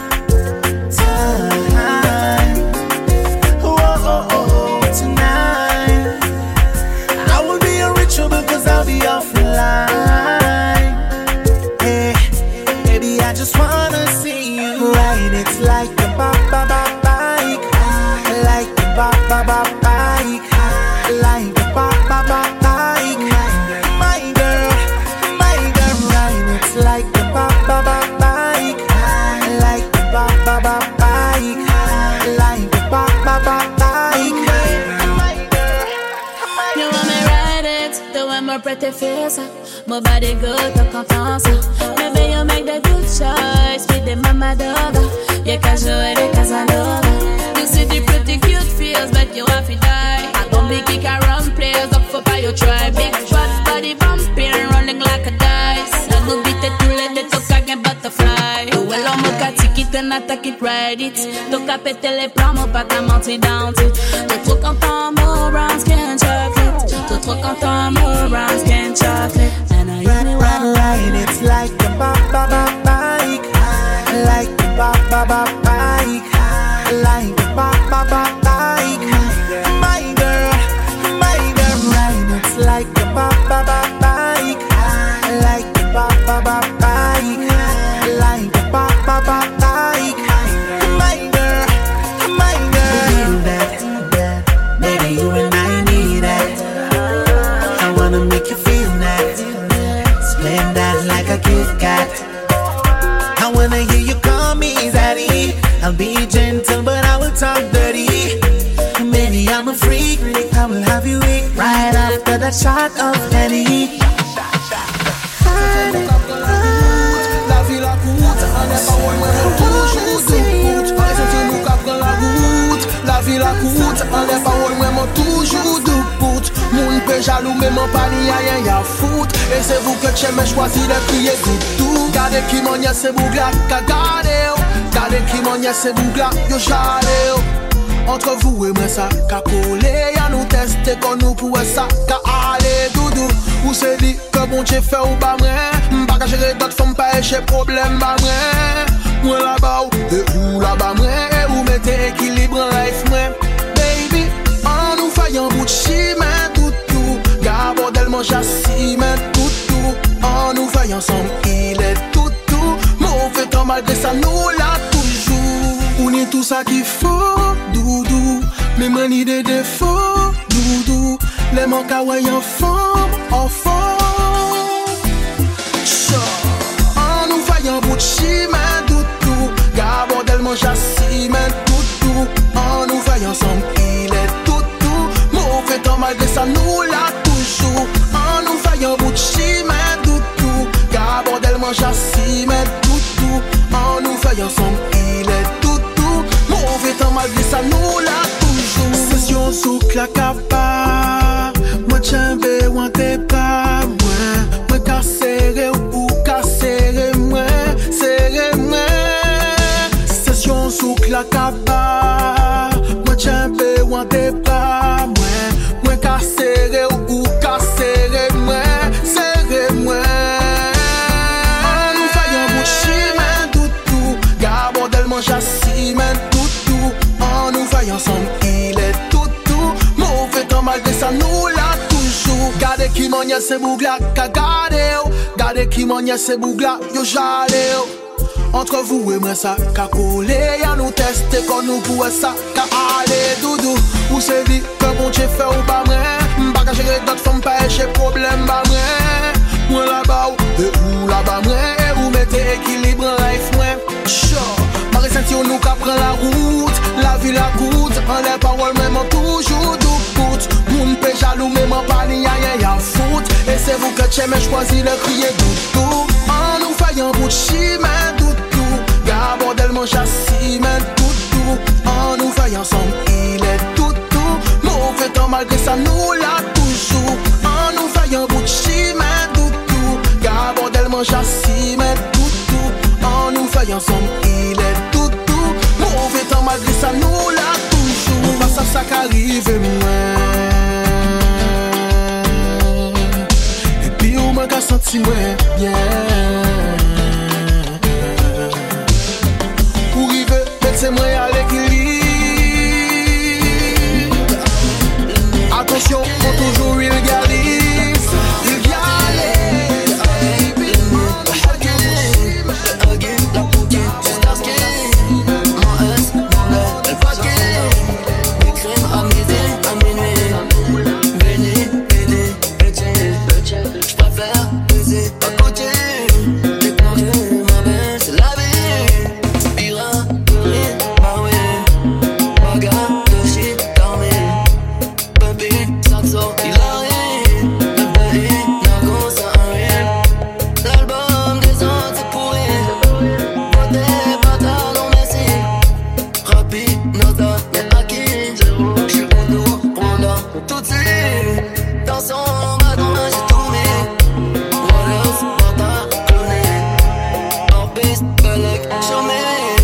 Time. Oh, oh, oh, oh, tonight. I will be a ritual because I'll be offline. Hey, baby, I just wanna see you ride it like a ba-ba-ba bike. Like a ba-ba-ba bike. Like a ba-ba-ba bike. My girl, my girl, ride it like a ba-ba-ba bike. Like a ba-ba-ba bike. Like a ba-ba-ba bike. My girl, my girl. You want me ride it, the way my pretty face. My body good, t'as confiance. Maybe you make the good choice. Be the mama dog. You can show it, Casanova. You see the pretty cute feels, but you have to die. I don't be kick around players up for by your try. Big fat body bumping, running like a dice. You go beat it to let the talk again butterfly. You will on my ticket and attack it, ride it. Toca péter les plans, mon pas qu'à mentir down it. T'es trop content, more brown skin chocolate. T'es trop content, more brown skin chocolate. And I only want ride it like a ba-ba-ba bike. Like a ba-ba-ba bike. Like a ba-ba-ba bike. My girl, my girl, ride it like a ba-ba-ba bike. Like a ba-ba-ba bike. Like a ba-ba-ba bike. My girl, my girl. Feel that, that, baby, you and I need that. I wanna make you feel that. Spend that like a Kit Kat. I wanna hear you call me Zaddy. I'll be gentle, but I will talk dirty. Maybe I'm a freak, I will have you weak right after that shot of Henny. La vie la coûte, on est pas loin, mais toujours de route. Par exemple, nous capons la route. La vie la coûte, on est pas loin, mais toujours de route. Moun pe jaloux, mais mon panier a rien y'a foutre. Et c'est vous que tu m'as choisi de crier tout. Gardez qui m'en y a, c'est vous là, gardez. Gardez qui m'en y a, c'est vous là, yo jale. Entre vous et moi ça qu'a collé. Y'a nous tester qu'on nous pourrait ça qu'a aller doudou. Ou c'est dit que bon Dieu fait ou pas moi. M'pas qu'à gérer d'autres femmes pas échec problème pas moi. Moi là-bas et où là-bas moi. Et où mettez équilibre en life moi. Baby, en nous faillant bout de chemin tout tout. Gabordel mange à ciment tout tout. En nous faillant ensemble il est tout tout. Mauvais temps malgré ça nous l'a toujours. On est tout ça qu'il faut, doudou. Mais mani des défauts, doudou. Les manques à ouais en forme, en forme. En nous faillant bout de chemin, doudou. Gabordel mange à ciment, doudou. En nous faillant ensemble, il est tout tout. Mauvais temps malgré ça nous l'a toujours. En nous faillant bout de chemin, doudou. Gabordel mange à ciment, doudou. En nous faillant ensemble, il est tout tout. Mauvais temps malgré ça nous l'a toujours. Session sous clacapa. Moi tchambé ou t'es pas moi. Moi qu'à serrer ou qu'à serrer moi. Serrer moi. Session sous clacapa. Moi tchambé ou t'es pas moi. Moi qu'à serrer ou qu'à serrer moi. Serrer moi. Nous faillons bout de chemin tout tout. Gabordel mange à ciment tout tout. En nous faillons ensemble il est tout tout. Mauvais temps malgré ça nous l'a toujours. Gardez qui m'en y a c'est bougla qu'a gardé. Gardez qui m'en y a c'est bougla yo jale. Entre vous et moi ça qu'a collé. Y'a nous tester qu'on nous pourrait ça qu'a aller doudou. Ou c'est dit que bon Dieu fait ou pas moi. M'pas qu'à gérer d'autres femmes pas échec problème pas moi. Moi là-bas et où là-bas moi. Et où mettez équilibre en life moi. Sure. Marie Saint-Yo nous qu'a prend la route. La vie la coûte. En les paroles même en toujours doute. Moun pe jaloux mais mon panier y'a rien y'a foutre. Et c'est vous que t'aimez choisi le crier doudou. En nous faillant bout de chemin doudou. Gabordel mange à ciment doudou. En nous faillant ensemble il est tout tout. Mauvais temps malgré ça nous l'a toujours. En nous faillant bout de chemin doudou. Gabordel mange à ciment doudou. En nous faillant ensemble il est tout tout. Mauvais temps malgré ça nous l'a toujours. Pas ça ça qu'arrive moi. Et puis ou m'a senti moi bien. c'est moi à l'équilibre. Attention, faut toujours il réalise. Il réalise. La bouquet, juste parce que mon S, mon lait, elle paquet. Des crimes à midi, à minuit. Béni, béni, béni. J'préfère baiser à côté. Dès que mon cœur m'amène, c'est la vie. Ira, pourri, maroué. Bagarre, de shit, dormi. Baby, Saxo, il arrive. Le baby, Nago, ça arrive. L'album des autres, c'est pourri. Beauté, bâtard, non merci. Rapide, nota, mais acquis. J'suis au dos, Rwanda, tout de suite. Dans son bâton, là, j'ai tout mis. Warriors, bâtard, cloné. Hors piste, Belek, chômé.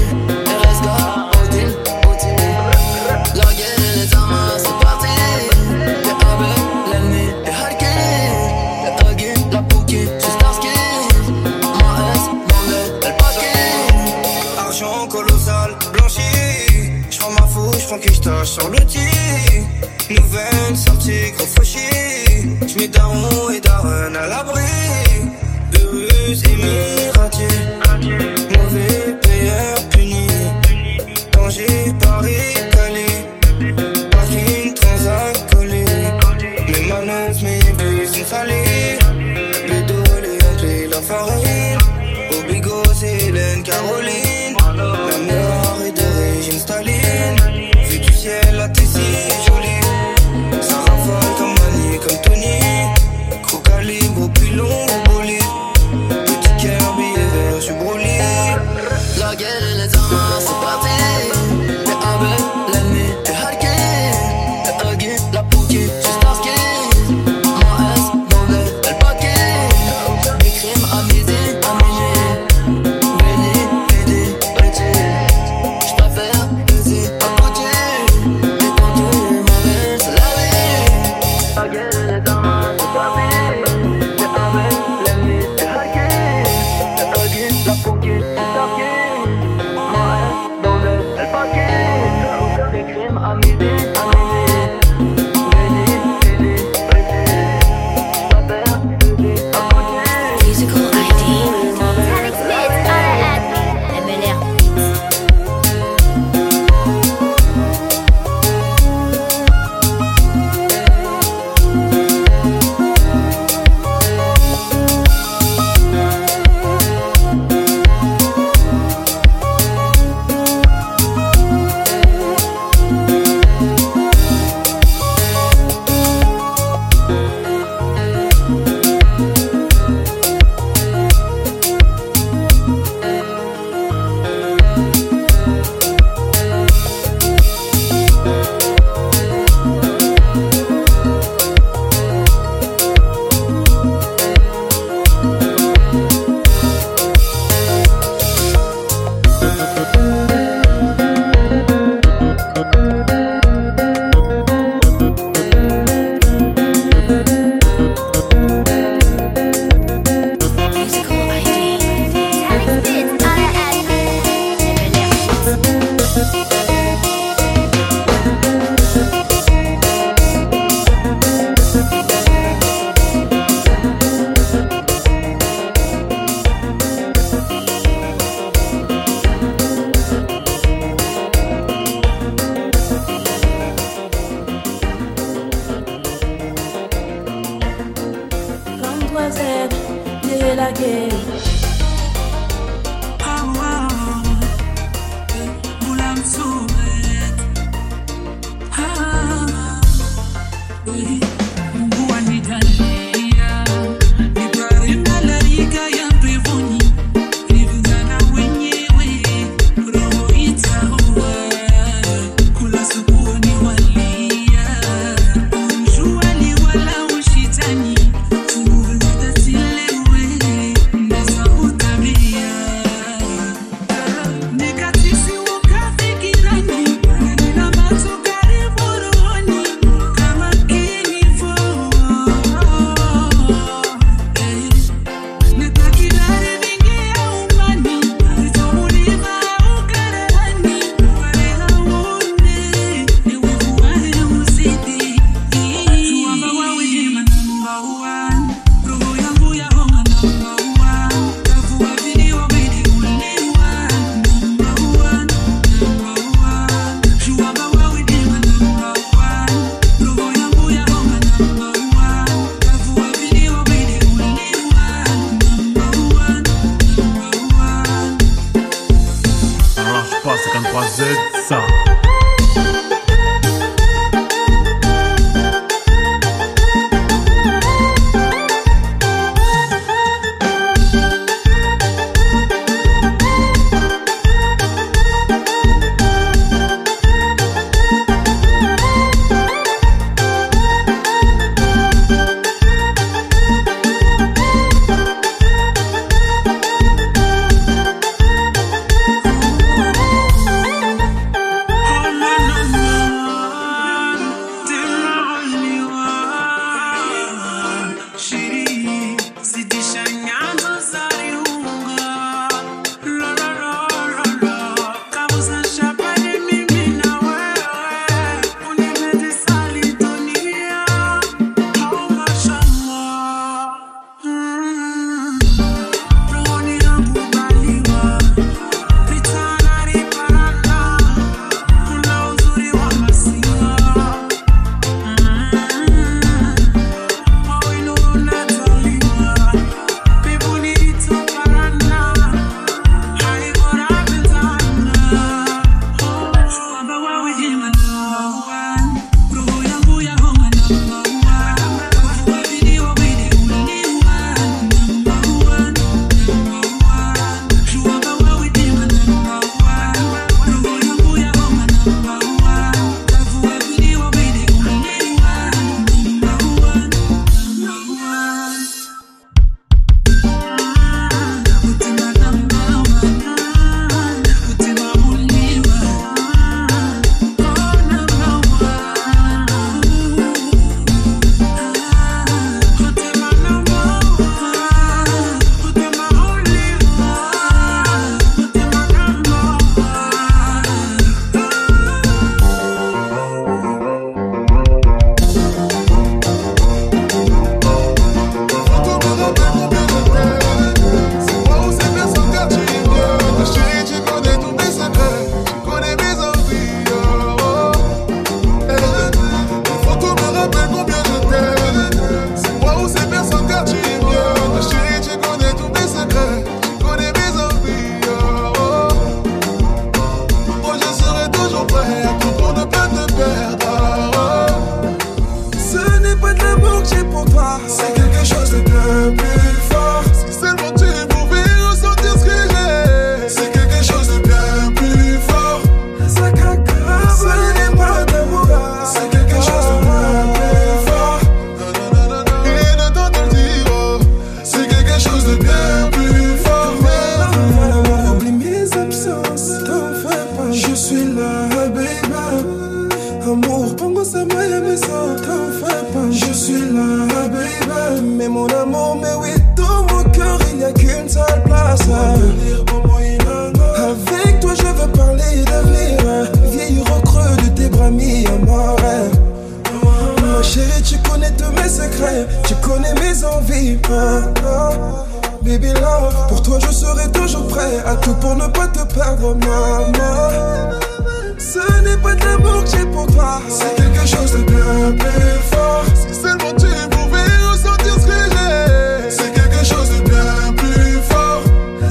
R S K, Odile, Odile. La guerre et les armes, c'est parti. T'es avec l'ennemi, t'es harké. T'es hugué, la bouquet, juste parce que mon S, mon lait, elle paquet. Argent colossal, blanchi. J'prends ma fouche, j'prends qui j'tâche sur le tir. Nouvelle sortie, gros fauchi. J'mets daron et daron à l'abri. Heureuse, émiratie. Mauvais payeur puni. Danger, Paris, Cali. Parking, transac, collé. Mes manœuvres, mes bus, une salie. Les dos, les hantés, la farine. Obligo, c'est Hélène, Caroline. La mémoire est d'origine Staline. Vue du ciel, la Tessie, jolie. Ça rafale comme Mani, comme Tony. Gros calibre, puis long, bolide. Petit cœur, billet vert, j'suis brûlé. La guerre et les armes, c'est parti. T'es avec l'ennemi, t'es harké. T'es hugué, la bouquet, juste parce que mon S, mon lait, elle paquet. Des crimes à midi, à minuit. Béni, béni, béni. J'préfère baiser à côté. Dès qu'on te m'amène, c'est la vie. La guerre et les armes, c'est parti. T'es avec l'ennemi, t'es harké. T'es hugué, la bouquet, juste parce que mon S, mon lait, elle paquet. Des crimes à midi, à minuit. Béni, béni, béni. J'préfère baiser à côté. Musical I D. Alex Bits, R F. M L R. Wala ushitani, tuvuta silewe. Z ça. Tu connais mes envies, baby love. Pour toi je serai toujours prêt à tout pour ne pas te perdre, maman. Ce n'est pas de l'amour que j'ai pour toi, c'est quelque chose de bien plus fort. Si seulement tu pouvais ressentir ce que j'ai, c'est quelque chose de bien plus fort.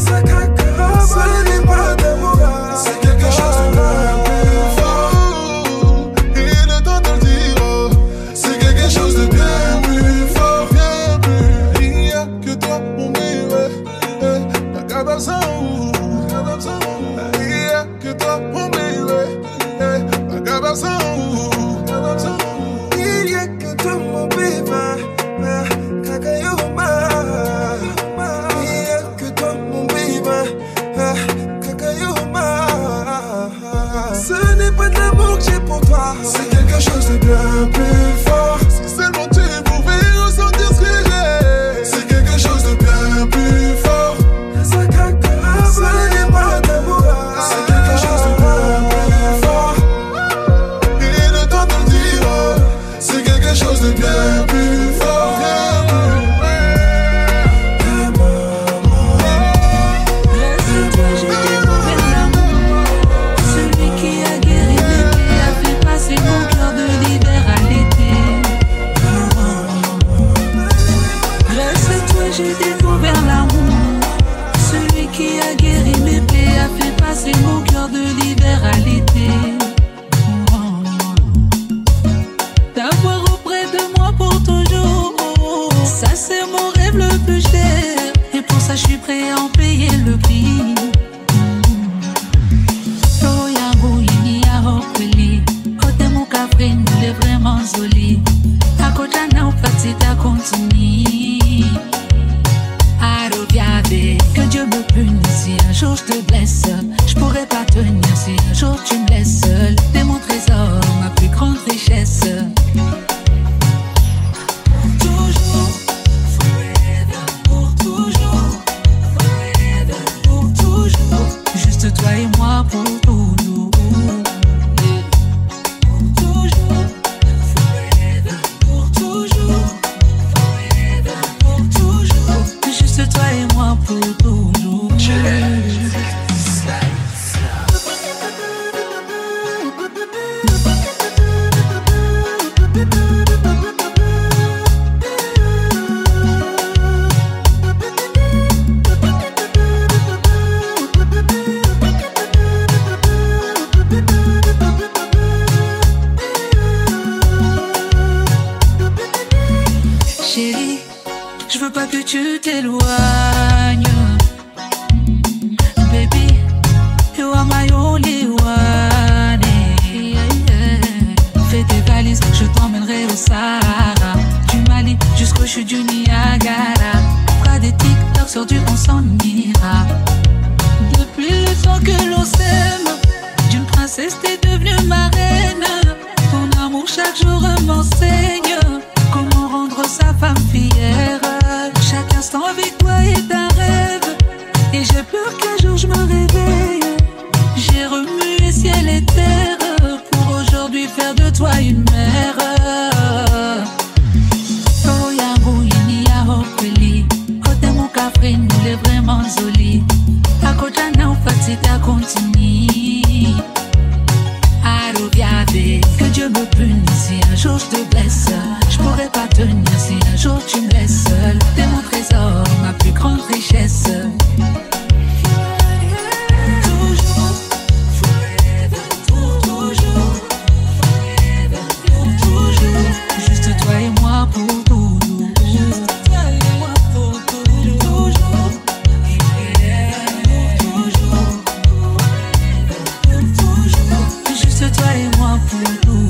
Ce n'est pas d'amour, c'est quelque chose de bien plus fort. Il est temps de le dire, oh, c'est quelque chose de bien plus fort, bien plus. Il n'y a que toi mon bébé, pas capable sans vous. Il n'y a que toi mon bébé, pas capable sans vous. Il n'y a que toi mon bébé. ont payé le prix. Oh yangu yini ya hopeli, ote mukafre nous est vraiment joli. À côté na upati ta continue. Aroviade, que Dieu me punisse si un jour je te blesse. Je pourrais pas tenir si un jour tu me laisses seul. T'es mon trésor, ma plus grande richesse. Toujours, forever, pour toujours. Forever, pour toujours. Juste toi et moi pour toujours. Pour toujours, forever, pour toujours. Forever, pour toujours. Juste toi et moi pour toujours. Chérie, je veux pas que tu t'éloignes. Baby, you are my only one. Fais tes valises, je t'emmènerai au Sahara. Du Mali jusqu'au chute du Niagara. Fera des TikTok sur du on s'en ira. Depuis le temps que l'on s'aime, d'une princesse t'es devenue ma reine. Ton amour chaque jour m'enseigne comment rendre sa femme fière. Chaque instant avec toi est un rêve. Et j'ai peur qu'un jour je me réveille. J'ai remué ciel et terre pour aujourd'hui faire de toi une mère. Oh yangu yini ya hopeli, ote mukafre nous est vraiment joli. À côté na upati ta continue. Aroviade, que Dieu me punisse si un jour je te blesse. Je pourrais pas tenir si un jour tu me laisses seul. T'es mon trésor, ma plus grande richesse. Toujours, forever, pour toujours. Forever, pour toujours. Juste toi et moi pour toujours. Juste toi et moi pour toujours. Toujours, forever, pour toujours. Forever, pour toujours. Juste toi et moi pour toujours.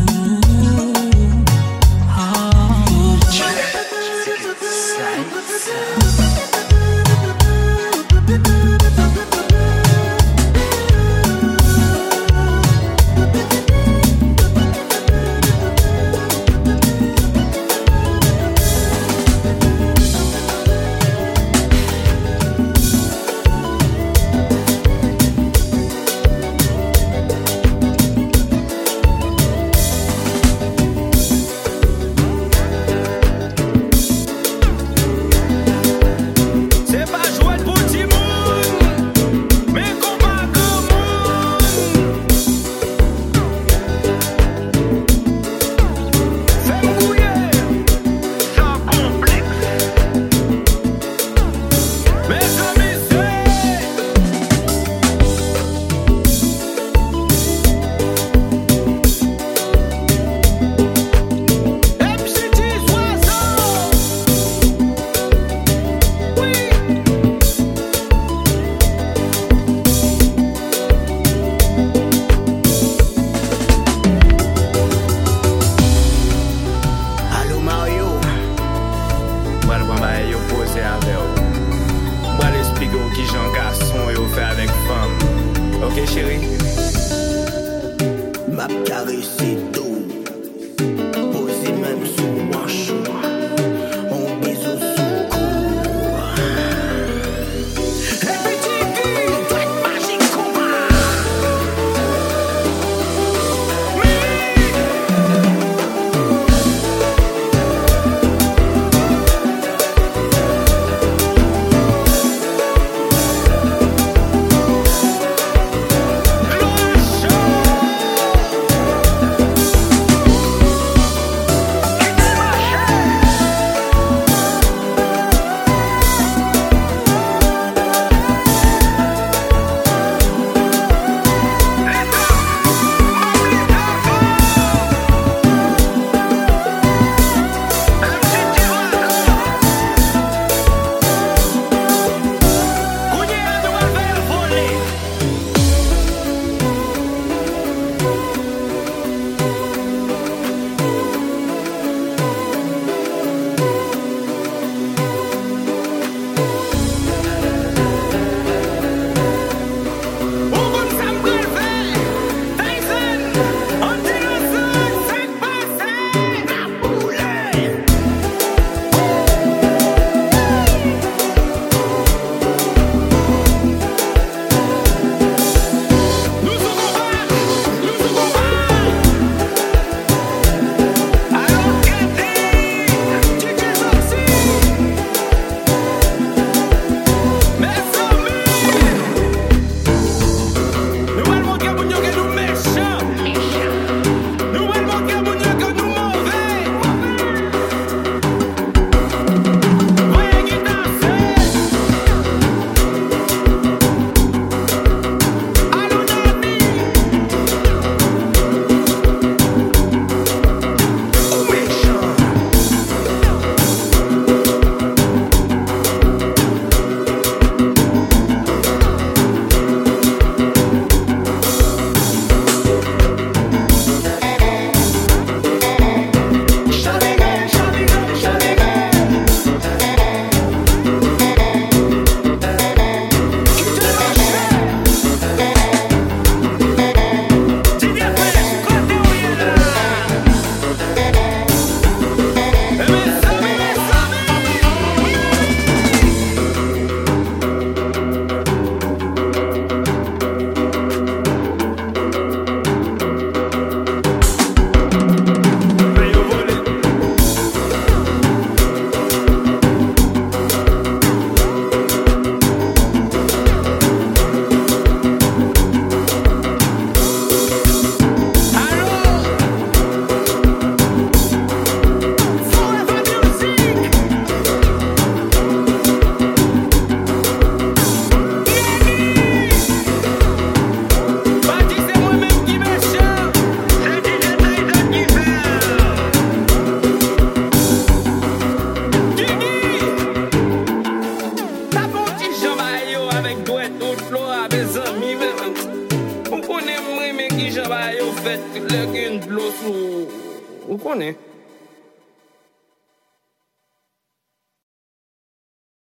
ami, mais on connaît moi, mais qui j'en vais au fait, le gain de l'eau, on connaît.